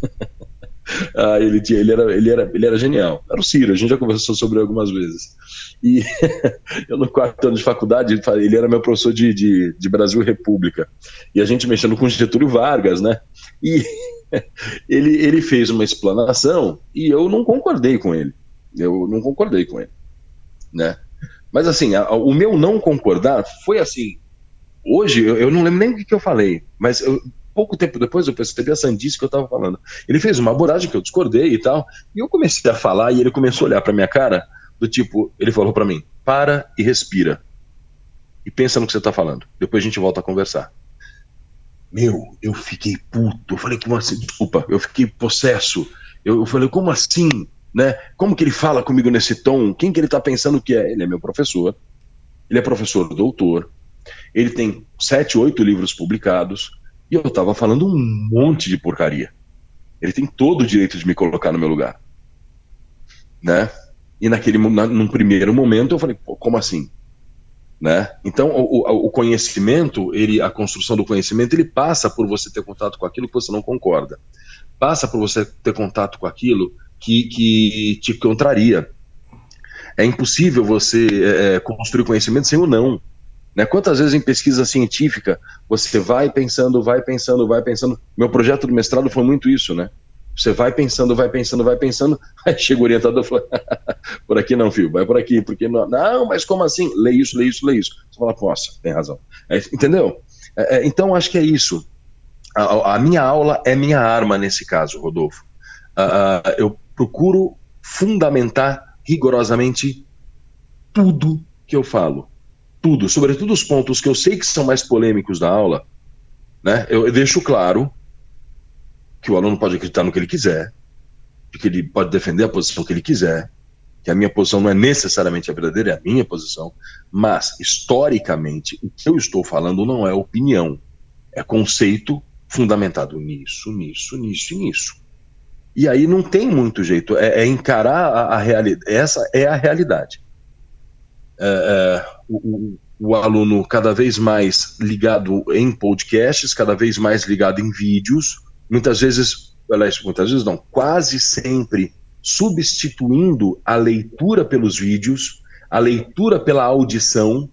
ah, ele, tinha, ele, era, ele, era, ele era genial, era o Ciro, a gente já conversou sobre ele algumas vezes. E eu no quarto ano de faculdade, ele era meu professor de, de, de Brasil República, e a gente mexendo com Getúlio Vargas, né? E ele, ele fez uma explanação e eu não concordei com ele, eu não concordei com ele, né? Mas assim, a, a, o meu não concordar foi assim. Hoje, eu, eu não lembro nem o que, que eu falei, mas eu, pouco tempo depois eu percebi a sandice que eu estava falando. Ele fez uma abordagem que eu discordei e tal, e eu comecei a falar e ele começou a olhar para minha cara, do tipo, ele falou para mim, para e respira, e pensa no que você está falando, depois a gente volta a conversar. Meu, eu fiquei puto, eu falei, como assim? Desculpa, eu fiquei possesso, eu, eu falei, como assim? Né? Como que ele fala comigo nesse tom? Quem que ele está pensando que é? Ele é meu professor, ele é professor doutor, ele tem sete, oito livros publicados, e eu estava falando um monte de porcaria. Ele tem todo o direito de me colocar no meu lugar, né? E naquele, na, num primeiro momento eu falei, pô, como assim? Né? Então o, o, o conhecimento, ele, a construção do conhecimento, ele passa por você ter contato com aquilo que você não concorda, passa por você ter contato com aquilo que, que te contraria. É impossível você é, construir conhecimento sem o não. Né? Quantas vezes em pesquisa científica você vai pensando, vai pensando, vai pensando. Meu projeto do mestrado foi muito isso, né? Você vai pensando, vai pensando, vai pensando, aí chega o orientador e fala, por aqui não, filho, vai por aqui, porque não, não, mas como assim? Lê isso, lê isso, lê isso. Você fala, nossa, tem razão. É, entendeu? É, é, então, acho que é isso. A, a minha aula é minha arma nesse caso, Rodolfo. Uh, uh, eu procuro fundamentar rigorosamente tudo que eu falo. Tudo, sobretudo os pontos que eu sei que são mais polêmicos da aula, né? Eu, eu deixo claro que o aluno pode acreditar no que ele quiser, que ele pode defender a posição que ele quiser, que a minha posição não é necessariamente a verdadeira, é a minha posição, mas, historicamente, o que eu estou falando não é opinião, é conceito fundamentado nisso, nisso, nisso e nisso. E aí não tem muito jeito, é, é encarar a, a realidade, essa é a realidade. É, é, o, o, o aluno cada vez mais ligado em podcasts, cada vez mais ligado em vídeos, muitas vezes, aliás, muitas vezes não, quase sempre substituindo a leitura pelos vídeos, a leitura pela audição,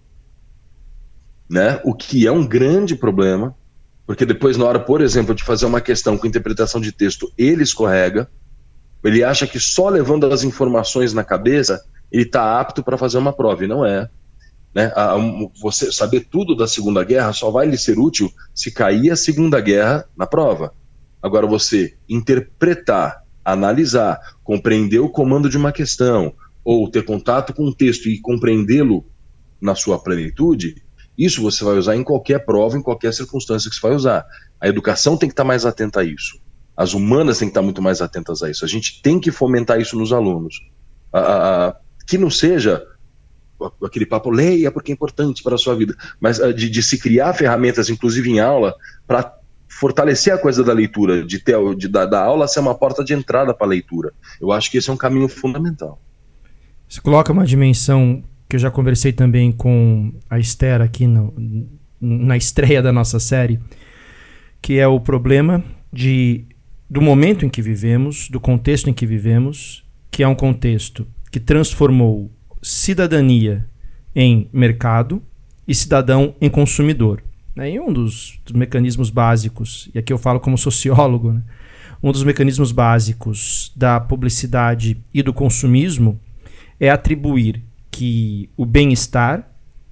né? O que é um grande problema, porque depois na hora, por exemplo, de fazer uma questão com interpretação de texto, ele escorrega, ele acha que só levando as informações na cabeça, ele está apto para fazer uma prova, e não é. Né? A, um, você saber tudo da Segunda Guerra só vai lhe ser útil se cair a Segunda Guerra na prova. Agora, você interpretar, analisar, compreender o comando de uma questão, ou ter contato com o texto e compreendê-lo na sua plenitude, isso você vai usar em qualquer prova, em qualquer circunstância que você vai usar. A educação tem que estar mais atenta a isso. As humanas têm que estar muito mais atentas a isso. A gente tem que fomentar isso nos alunos. A, a, a, que não seja aquele papo, leia porque é importante para a sua vida, mas de, de se criar ferramentas, inclusive em aula, para fortalecer a coisa da leitura, de ter, de, da, da aula ser uma porta de entrada para a leitura. Eu acho que esse é um caminho fundamental. Você coloca uma dimensão que eu já conversei também com a Esther aqui no, na estreia da nossa série, que é o problema de, do momento em que vivemos, do contexto em que vivemos, que é um contexto que transformou cidadania em mercado e cidadão em consumidor. E um dos, dos mecanismos básicos, e aqui eu falo como sociólogo, né? Um dos mecanismos básicos da publicidade e do consumismo é atribuir que o bem-estar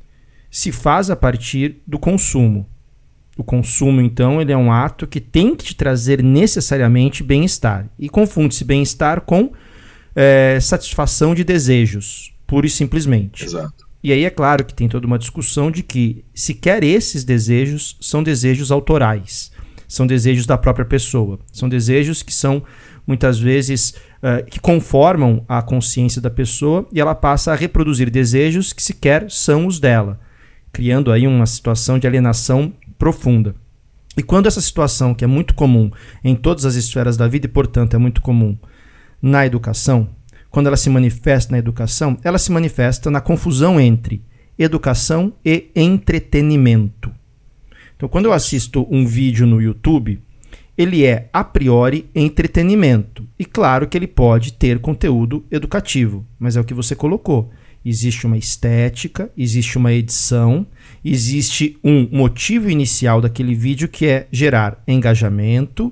se faz a partir do consumo. O consumo, então, ele é um ato que tem que te trazer necessariamente bem-estar. E confunde-se bem-estar com é, satisfação de desejos, pura e simplesmente. Exato. E aí é claro que tem toda uma discussão de que sequer esses desejos são desejos autorais, são desejos da própria pessoa, são desejos que são muitas vezes uh, que conformam a consciência da pessoa e ela passa a reproduzir desejos que sequer são os dela, criando aí uma situação de alienação profunda. E quando essa situação, que é muito comum em todas as esferas da vida e portanto é muito comum na educação, quando ela se manifesta na educação, ela se manifesta na confusão entre educação e entretenimento. Então, quando eu assisto um vídeo no YouTube, ele é, a priori, entretenimento. E claro que ele pode ter conteúdo educativo, mas é o que você colocou. Existe uma estética, existe uma edição, existe um motivo inicial daquele vídeo que é gerar engajamento,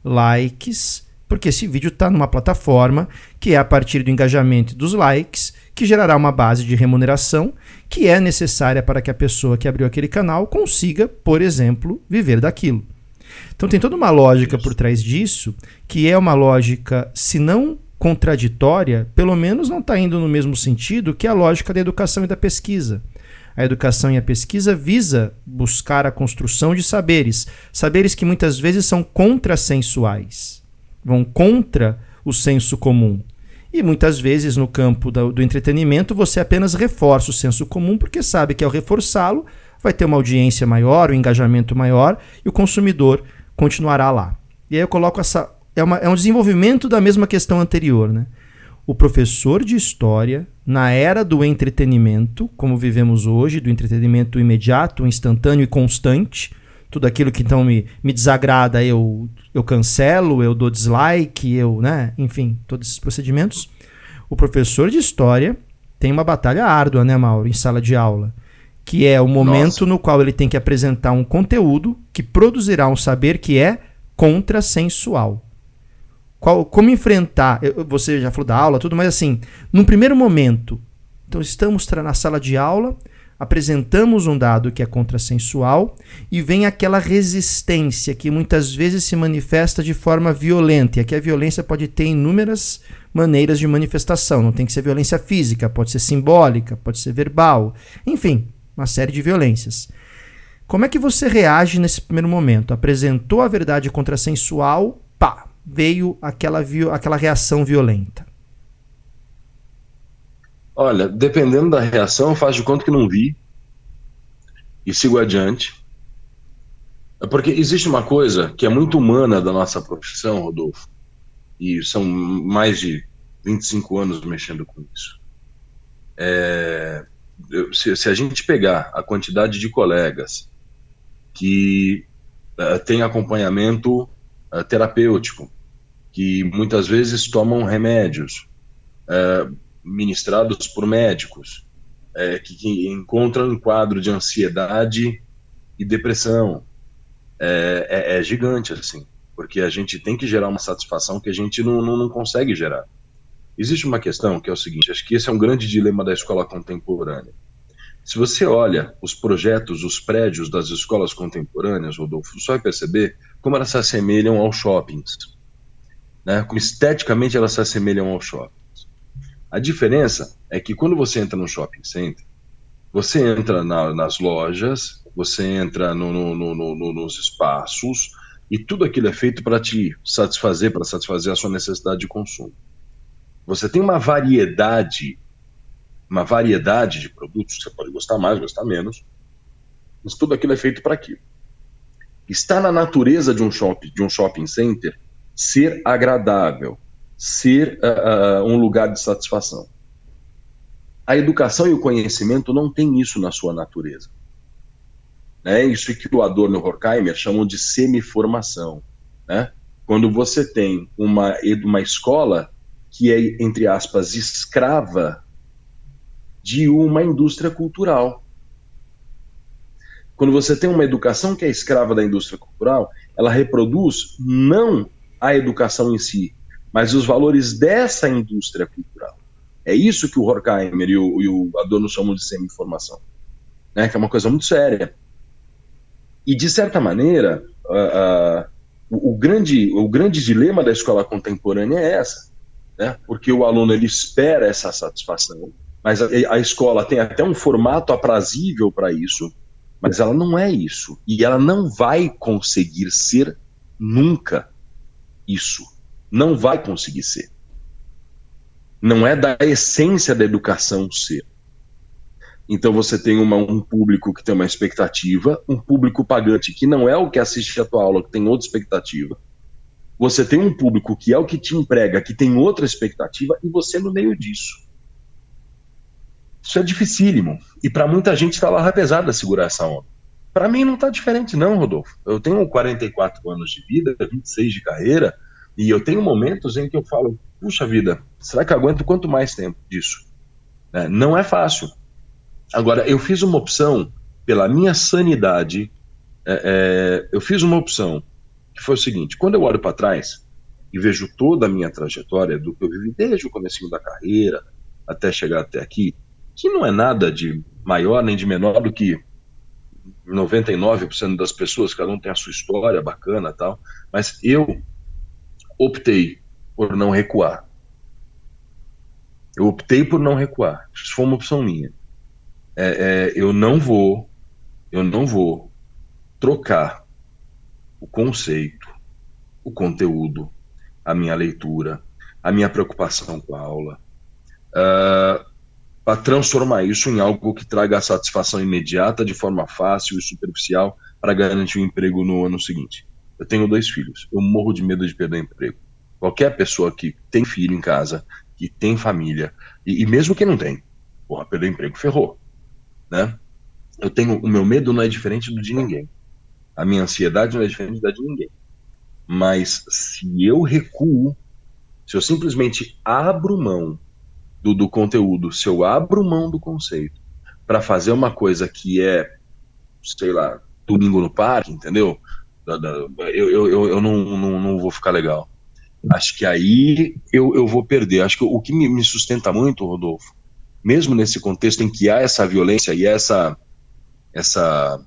likes, porque esse vídeo está numa plataforma que é a partir do engajamento e dos likes que gerará uma base de remuneração que é necessária para que a pessoa que abriu aquele canal consiga, por exemplo, viver daquilo. Então tem toda uma lógica por trás disso, que é uma lógica, se não contraditória, pelo menos não está indo no mesmo sentido que a lógica da educação e da pesquisa. A educação e a pesquisa visa buscar a construção de saberes, saberes que muitas vezes são contrassensuais. Vão contra o senso comum. E muitas vezes no campo do, do entretenimento você apenas reforça o senso comum porque sabe que ao reforçá-lo vai ter uma audiência maior, um engajamento maior e o consumidor continuará lá. E aí eu coloco essa... É, uma, é um desenvolvimento da mesma questão anterior, né? O professor de história, na era do entretenimento, como vivemos hoje, do entretenimento imediato, instantâneo e constante, tudo aquilo que então me, me desagrada eu, eu cancelo, eu dou dislike, eu, né? Enfim, todos esses procedimentos. O professor de história tem uma batalha árdua, né, Mauro, em sala de aula, que é o momento Nossa. no qual ele tem que apresentar um conteúdo que produzirá um saber que é contrassensual. Qual, como enfrentar, eu, você já falou da aula, tudo, mas assim, num primeiro momento, então estamos na sala de aula, apresentamos um dado que é contrassensual e vem aquela resistência que muitas vezes se manifesta de forma violenta, e aqui a violência pode ter inúmeras maneiras de manifestação, não tem que ser violência física, pode ser simbólica, pode ser verbal, enfim, uma série de violências. Como é que você reage nesse primeiro momento? Apresentou a verdade contrassensual, pá, veio aquela, aquela reação violenta. Olha, dependendo da reação, eu faço de conta que não vi e sigo adiante. Porque existe uma coisa que é muito humana da nossa profissão, Rodolfo, e são mais de vinte e cinco anos mexendo com isso. É, se, se a gente pegar a quantidade de colegas que uh, têm acompanhamento uh, terapêutico, que muitas vezes tomam remédios uh, ministrados por médicos, uh, que, que encontram um quadro de ansiedade e depressão, é, é, é gigante, assim, porque a gente tem que gerar uma satisfação que a gente não, não, não consegue gerar. Existe uma questão que é o seguinte, acho que esse é um grande dilema da escola contemporânea. Se você olha os projetos, os prédios das escolas contemporâneas, Rodolfo, você vai perceber como elas se assemelham aos shoppings, né? Como esteticamente elas se assemelham aos shoppings. A diferença é que quando você entra no shopping center, você entra na, nas lojas, você entra no, no, no, no, nos espaços, e tudo aquilo é feito para te satisfazer, para satisfazer a sua necessidade de consumo. Você tem uma variedade, uma variedade de produtos, você pode gostar mais, gostar menos, mas tudo aquilo é feito para aquilo. Está na natureza de um shopping, de um shopping center ser agradável, ser uh, uh, um lugar de satisfação. A educação e o conhecimento não têm isso na sua natureza. É isso que o Adorno e o Horkheimer chamam de semiformação, né? Quando você tem uma, uma escola que é, entre aspas, escrava de uma indústria cultural. Quando você tem uma educação que é escrava da indústria cultural, ela reproduz não a educação em si, mas os valores dessa indústria cultural. É isso que o Horkheimer e o, e o Adorno chamam de semi-informação, né? Que é uma coisa muito séria. E, de certa maneira, uh, uh, o, o, grande, o grande dilema da escola contemporânea é essa, né? Porque o aluno ele espera essa satisfação, mas a, a escola tem até um formato aprazível para isso, mas ela não é isso. E ela não vai conseguir ser nunca isso. Não vai conseguir ser. Não é da essência da educação ser. Então você tem uma, um público que tem uma expectativa, um público pagante que não é o que assiste a tua aula, que tem outra expectativa. Você tem um público que é o que te emprega, que tem outra expectativa, e você no meio disso. Isso é dificílimo. E para muita gente está lá pesada segurar essa onda. Para mim não está diferente não, Rodolfo. Eu tenho quarenta e quatro anos de vida, vinte e seis de carreira, e eu tenho momentos em que eu falo, puxa vida, será que eu aguento quanto mais tempo disso? É, não é fácil. Agora, eu fiz uma opção pela minha sanidade, é, é, eu fiz uma opção que foi o seguinte, quando eu olho para trás e vejo toda a minha trajetória do que eu vivi desde o comecinho da carreira até chegar até aqui, que não é nada de maior nem de menor do que noventa e nove por cento das pessoas, cada um tem a sua história bacana e tal, mas eu optei por não recuar. Eu optei por não recuar. Isso foi uma opção minha. É, é, eu não vou, eu não vou trocar o conceito, o conteúdo, a minha leitura, a minha preocupação com a aula, uh, para transformar isso em algo que traga a satisfação imediata, de forma fácil e superficial, para garantir um emprego no ano seguinte. Eu tenho dois filhos, eu morro de medo de perder o emprego. Qualquer pessoa que tem filho em casa, que tem família, e, e mesmo que não tem, porra, perder o emprego ferrou. Né? Eu tenho, o meu medo não é diferente do de ninguém. A minha ansiedade não é diferente da de ninguém. Mas se eu recuo, se eu simplesmente abro mão do, do conteúdo, se eu abro mão do conceito para fazer uma coisa que é, sei lá, domingo no parque, entendeu? Eu, eu, eu, eu não, não, não vou ficar legal. Acho que aí eu, eu vou perder. Acho que o que me, me sustenta muito, Rodolfo, mesmo nesse contexto em que há essa violência e essa essa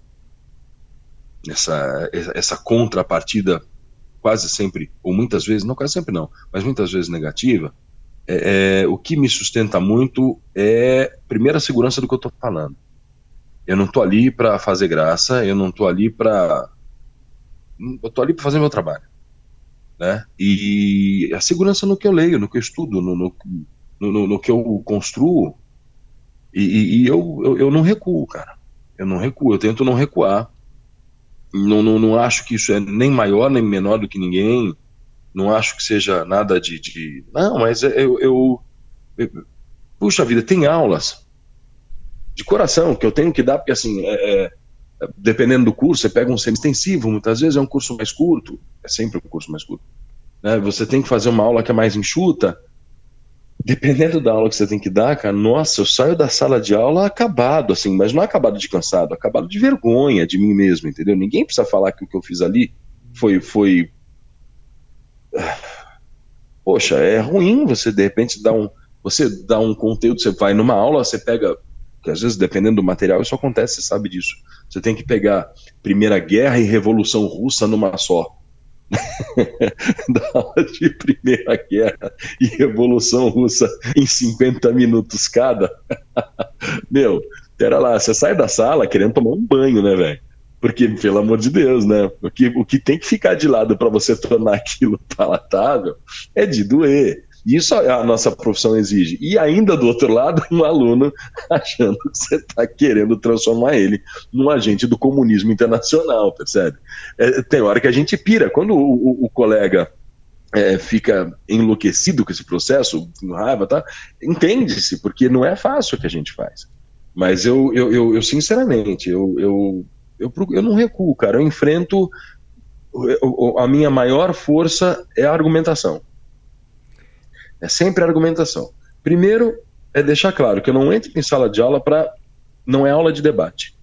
essa, essa contrapartida quase sempre, ou muitas vezes, não quase sempre não, mas muitas vezes negativa, é, é, o que me sustenta muito é, primeiro, a segurança do que eu estou falando. Eu não estou ali para fazer graça, eu não estou ali para... Eu estou ali para fazer meu trabalho. Né? E a segurança no que eu leio, no que eu estudo, no, no, no, no que eu construo, e, e, e eu, eu, eu não recuo, cara. Eu não recuo, eu tento não recuar. Não, não, não acho que isso é nem maior nem menor do que ninguém. Não acho que seja nada de... de... Não, mas eu, eu, eu... Puxa vida, tem aulas de coração que eu tenho que dar, porque assim, é, é, dependendo do curso, você pega um semi-extensivo, muitas vezes é um curso mais curto, é sempre um curso mais curto. Né? Você tem que fazer uma aula que é mais enxuta. Dependendo da aula que você tem que dar, cara, nossa, eu saio da sala de aula acabado, assim, mas não acabado de cansado, acabado de vergonha de mim mesmo, entendeu? Ninguém precisa falar que o que eu fiz ali foi, foi... Poxa, é ruim você, de repente, dar um, você dá um conteúdo, você vai numa aula, você pega, que às vezes, dependendo do material, isso acontece, você sabe disso. Você tem que pegar Primeira Guerra e Revolução Russa numa só. Da aula de Primeira Guerra e Revolução Russa em cinquenta minutos cada. Meu, pera lá, você sai da sala querendo tomar um banho, né, velho? Porque, pelo amor de Deus, né? O que, o que tem que ficar de lado para você tornar aquilo palatável é de doer. Isso a nossa profissão exige. E ainda do outro lado, um aluno achando que você está querendo transformar ele num agente do comunismo internacional, percebe? É, tem hora que a gente pira. Quando o, o, o colega é, fica enlouquecido com esse processo, com raiva, tá? Entende-se, porque não é fácil o que a gente faz. Mas eu, eu, eu, eu sinceramente, eu, eu, eu, eu não recuo, cara. Eu enfrento... A minha maior força é a argumentação. É sempre argumentação. Primeiro, é deixar claro que eu não entro em sala de aula para... Não é aula de debate.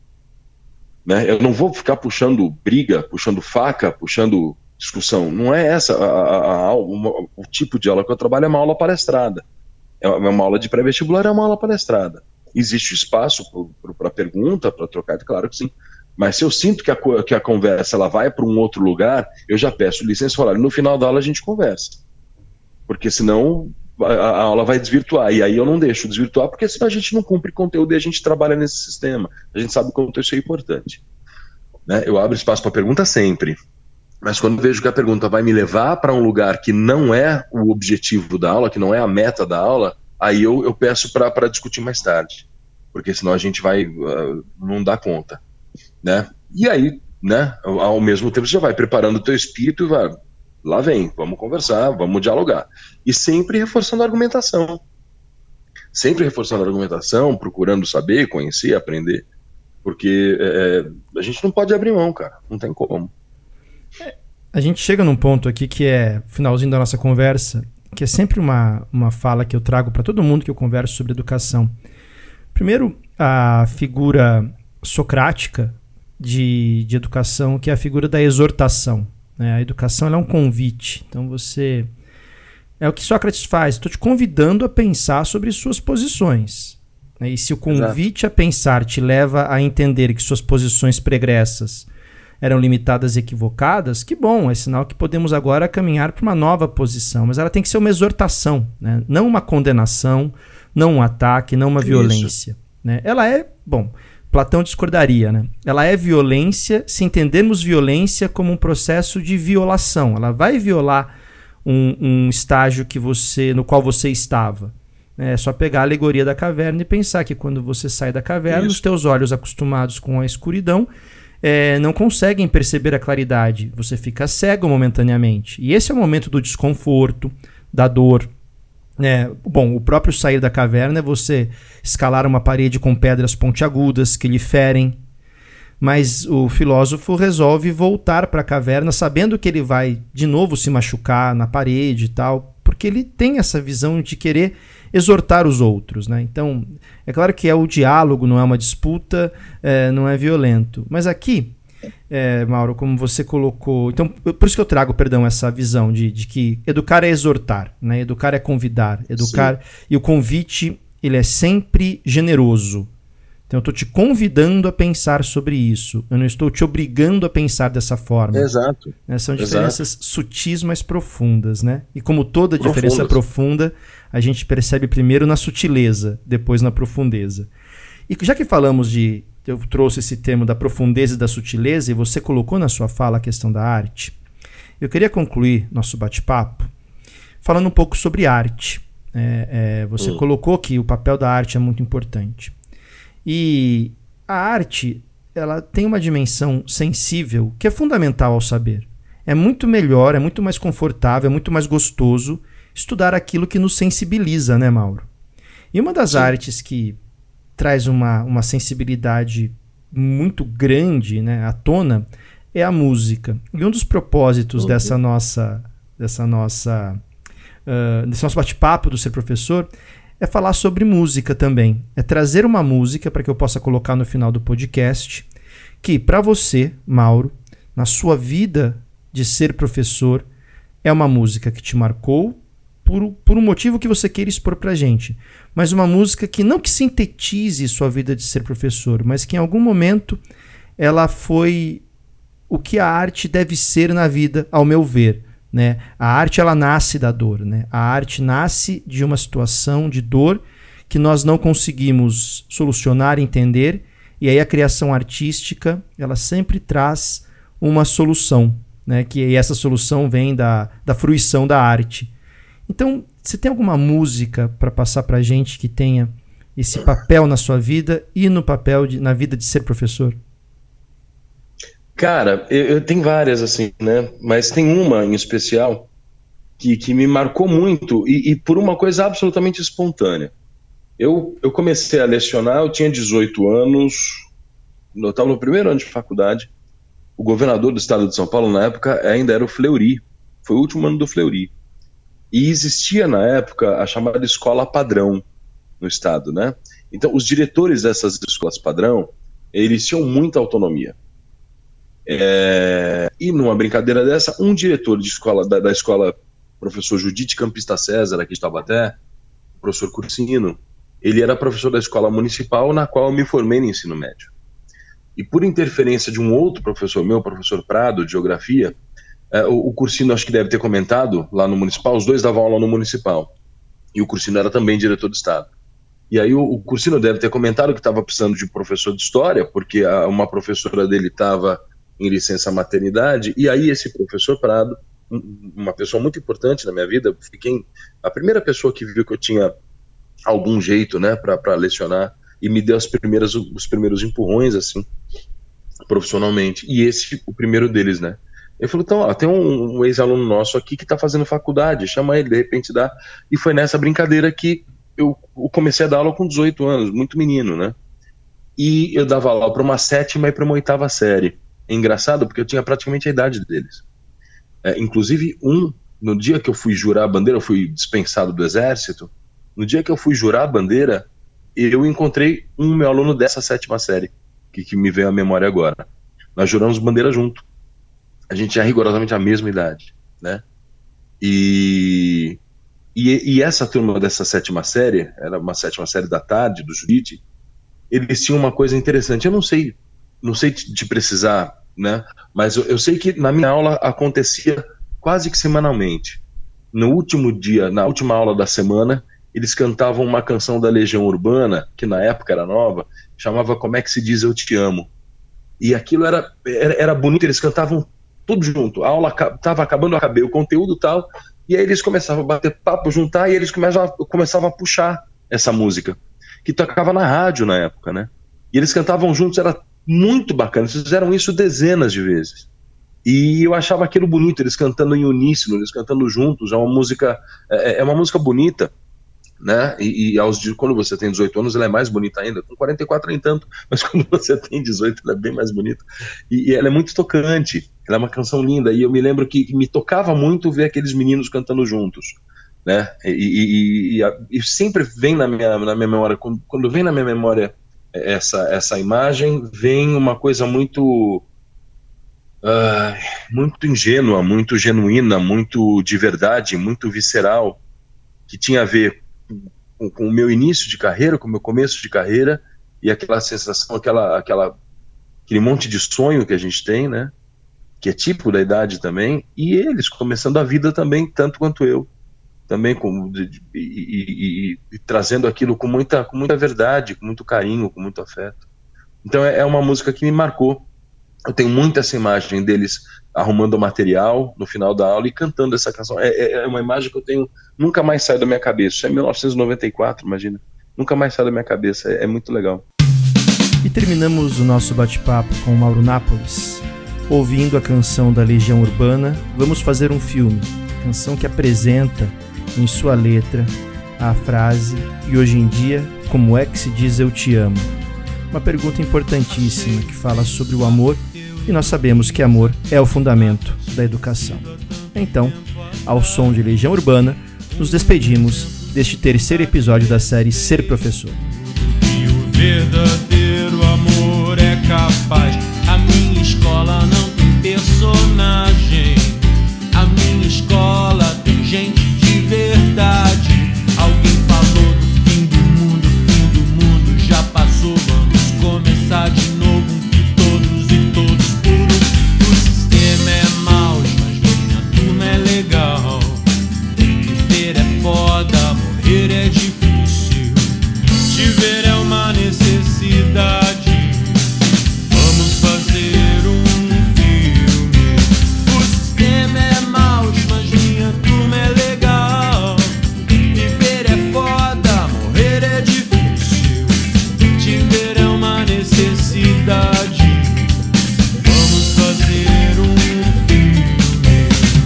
Né? Eu não vou ficar puxando briga, puxando faca, puxando discussão. Não é essa. A, a, a, uma, o tipo de aula que eu trabalho é uma aula palestrada. É uma aula de pré-vestibular, é uma aula palestrada. Existe espaço para pergunta, para trocar, claro que sim. Mas se eu sinto que a, que a conversa ela vai para um outro lugar, eu já peço licença e falo, no final da aula a gente conversa. Porque senão a, a aula vai desvirtuar. E aí eu não deixo desvirtuar, porque senão a gente não cumpre conteúdo e a gente trabalha nesse sistema. A gente sabe o quanto isso é importante. Né? Eu abro espaço para pergunta sempre. Mas quando vejo que a pergunta vai me levar para um lugar que não é o objetivo da aula, que não é a meta da aula, aí eu, eu peço para discutir mais tarde. Porque senão a gente vai uh, não dar conta. Né? E aí, né, ao mesmo tempo, você já vai preparando o teu espírito e vai... Lá vem, vamos conversar, vamos dialogar. E sempre reforçando a argumentação. Sempre reforçando a argumentação, procurando saber, conhecer, aprender. Porque é, a gente não pode abrir mão, cara. Não tem como. É, a gente chega num ponto aqui que é finalzinho da nossa conversa, que é sempre uma, uma fala que eu trago para todo mundo que eu converso sobre educação. Primeiro, a figura socrática de, de educação, que é a figura da exortação. A educação ela é um convite. Então você... É o que Sócrates faz. Estou te convidando a pensar sobre suas posições. E se o convite Exato. A pensar te leva a entender que suas posições pregressas eram limitadas e equivocadas, que bom, é sinal que podemos agora caminhar para uma nova posição. Mas ela tem que ser uma exortação, né? Não uma condenação, não um ataque, não uma violência. Né? Ela é... Bom... Platão discordaria, né? Ela é violência se entendermos violência como um processo de violação. Ela vai violar um, um estágio que você, no qual você estava. É só pegar a alegoria da caverna e pensar que quando você sai da caverna, Isso. os teus olhos acostumados com a escuridão é, não conseguem perceber a claridade. Você fica cego momentaneamente. E esse é o momento do desconforto, da dor. É, bom, o próprio sair da caverna é você escalar uma parede com pedras pontiagudas que lhe ferem, mas o filósofo resolve voltar para a caverna sabendo que ele vai de novo se machucar na parede e tal, porque ele tem essa visão de querer exortar os outros, né? Então, é claro que é o diálogo, não é uma disputa, é, não é violento. Mas aqui, é, Mauro, como você colocou... Então, por isso que eu trago, perdão, essa visão de, de que educar é exortar, né? Educar é convidar, educar... Sim. E o convite, ele é sempre generoso. Então eu estou te convidando a pensar sobre isso. Eu não estou te obrigando a pensar dessa forma. Exato. Né? São diferenças Exato. sutis, mas profundas, né? E como toda Profundas. diferença profunda, a gente percebe primeiro na sutileza, depois na profundeza. E já que falamos de... Eu trouxe esse termo da profundeza e da sutileza, e você colocou na sua fala a questão da arte, eu queria concluir nosso bate-papo falando um pouco sobre arte. É, é, você hum. colocou que o papel da arte é muito importante. E a arte, ela tem uma dimensão sensível que é fundamental ao saber. É muito melhor, é muito mais confortável, é muito mais gostoso estudar aquilo que nos sensibiliza, né, Mauro? E uma das Sim. artes que traz uma, uma sensibilidade muito grande, né, à tona é a música. E um dos propósitos uhum. dessa nossa, dessa nossa, uh, desse nosso bate-papo do Ser Professor é falar sobre música também. É trazer uma música para que eu possa colocar no final do podcast, que para você, Mauro, na sua vida de ser professor, é uma música que te marcou por, por um motivo que você queira expor para a gente. Mas uma música que não que sintetize sua vida de ser professor, mas que em algum momento ela foi o que a arte deve ser na vida, ao meu ver. Né? A arte, ela nasce da dor, né? A arte nasce de uma situação de dor que nós não conseguimos solucionar, entender, e aí a criação artística, ela sempre traz uma solução, né? Que e essa solução vem da, da fruição da arte. Então, você tem alguma música para passar para a gente que tenha esse papel na sua vida e no papel de, na vida de ser professor? Cara, eu, eu tenho várias, assim, né? Mas tem uma em especial que, que me marcou muito e, e por uma coisa absolutamente espontânea. Eu, eu comecei a lecionar, eu tinha dezoito anos, eu estava no primeiro ano de faculdade. O governador do estado de São Paulo, na época, ainda era o Fleury. Foi o último ano do Fleury. E existia, na época, a chamada escola padrão no estado, né? Então, os diretores dessas escolas padrão, eles tinham muita autonomia. É, e numa brincadeira dessa, um diretor de escola, da, da escola, professor Judite Campista César, aqui de Taubaté, o professor Cursino, ele era professor da escola municipal na qual eu me formei no ensino médio. E por interferência de um outro professor meu, o professor Prado, de geografia, é, o, o Cursino acho que deve ter comentado lá no municipal, os dois davam aula no municipal, e o Cursino era também diretor do estado. E aí o, o Cursino deve ter comentado que estava precisando de um professor de história, porque a, uma professora dele estava em licença maternidade, e aí esse professor Prado, uma pessoa muito importante na minha vida, fiquei a primeira pessoa que viu que eu tinha algum jeito, né, para lecionar, e me deu as primeiras, os primeiros empurrões, assim, profissionalmente, e esse, o primeiro deles, né. Ele falou, então, ó, tem um, um ex-aluno nosso aqui que está fazendo faculdade, chama ele, de repente dá, e foi nessa brincadeira que eu, eu comecei a dar aula com dezoito anos, muito menino, né, e eu dava aula para uma sétima e para uma oitava série. É engraçado porque eu tinha praticamente a idade deles. É, inclusive, um, no dia que eu fui jurar a bandeira, eu fui dispensado do exército, no dia que eu fui jurar a bandeira, eu encontrei um meu aluno dessa sétima série, que, que me veio à memória agora. Nós juramos bandeira junto. A gente tinha rigorosamente a mesma idade, né? E, e, e essa turma dessa sétima série, era uma sétima série da tarde, do Judite, eles tinham uma coisa interessante. Eu não sei, não sei te, te precisar, né? Mas eu, eu sei que na minha aula acontecia quase que semanalmente. No último dia, na última aula da semana, eles cantavam uma canção da Legião Urbana, que na época era nova, chamava Como é que se diz Eu Te Amo. E aquilo era, era, era bonito, eles cantavam tudo junto. A aula estava acabando, eu acabei o conteúdo e tal, e aí eles começavam a bater papo, juntar, e eles começavam, começavam a puxar essa música, que tocava na rádio na época, né? E eles cantavam juntos, era muito bacana, eles fizeram isso dezenas de vezes. E eu achava aquilo bonito, eles cantando em uníssono, eles cantando juntos, é uma música, é, é uma música bonita, né? E, e aos, quando você tem dezoito anos, ela é mais bonita ainda, com quarenta e quatro nem tanto, mas quando você tem dezoito, ela é bem mais bonita. E, e ela é muito tocante, ela é uma canção linda, e eu me lembro que, que me tocava muito ver aqueles meninos cantando juntos, né? E, e, e, e sempre vem na minha, na minha memória, quando, quando vem na minha memória essa, essa imagem, vem uma coisa muito uh, muito ingênua, muito genuína, muito de verdade, muito visceral, que tinha a ver com, com o meu início de carreira, com o meu começo de carreira, e aquela sensação, aquela, aquela, aquele monte de sonho que a gente tem, né? Que é típico da idade também, e eles começando a vida também, tanto quanto eu, também com, de, de, e, e, e, e trazendo aquilo com muita, com muita verdade, com muito carinho, com muito afeto. Então é, é uma música que me marcou. Eu tenho muito essa imagem deles arrumando o material no final da aula e cantando essa canção. É, é uma imagem que eu tenho, nunca mais sai da minha cabeça. Isso é mil novecentos e noventa e quatro, imagina. Nunca mais sai da minha cabeça, é, é muito legal. E terminamos o nosso bate-papo com o Mauro Nápoles. Ouvindo a canção da Legião Urbana, Vamos Fazer um Filme. Canção que apresenta em sua letra a frase "E hoje em dia, como é que se diz eu te amo?" Uma pergunta importantíssima que fala sobre o amor, e nós sabemos que amor é o fundamento da educação. Então, ao som de Legião Urbana, nos despedimos deste terceiro episódio da série Ser Professor. E o verdadeiro amor é capaz. A minha escola não tem personagem. A minha escola tem gente de verdade. Alguém falou do fim do mundo, o fim do mundo já passou. Vamos começar de novo, um que todos e todos por um. O sistema é mau, mas minha turma é legal. Viver é foda, morrer é difícil. Te ver é uma necessidade. Vamos fazer um filme. O sistema é mau, mas minha turma é legal. Viver é foda, morrer é difícil. Te ver é uma necessidade. Vamos fazer um filme.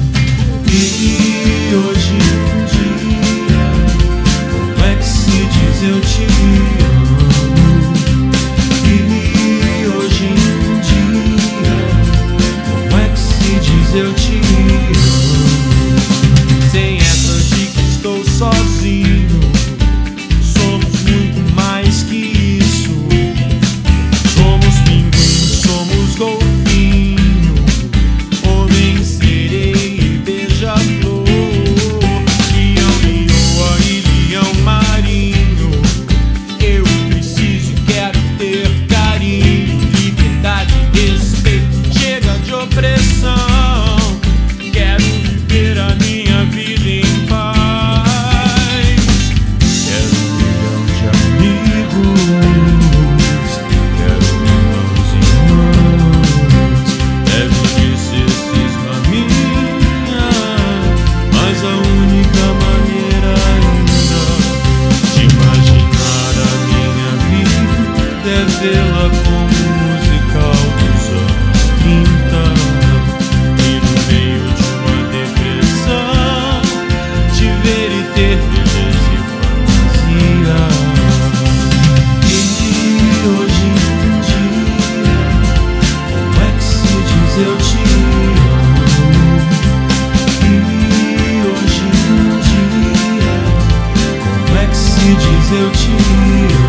E hoje em dia, como é que se diz eu te amo? E hoje em dia, como é que se diz eu te amo? Sem essa de que estou sozinho, somos muito mais que isso. Somos pinguim, somos golfinho, homem, sereia e beija-flor, leão, leoa e leão marinho. Eu preciso e quero ter carinho, liberdade, respeito, chega de opressão. Quero viver a minha vida em paz. Quero um milhão de amigos, quero irmãos e irmãs. Deve de ser cisma minha, mas a única maneira ainda de imaginar a minha vida é vê-la como um musical dos anos trinta. E no meio de uma depressão, te ver e ter beleza e fantasia. E hoje em dia, como é que se diz eu te amo? E hoje em dia, como é que se diz eu te amo?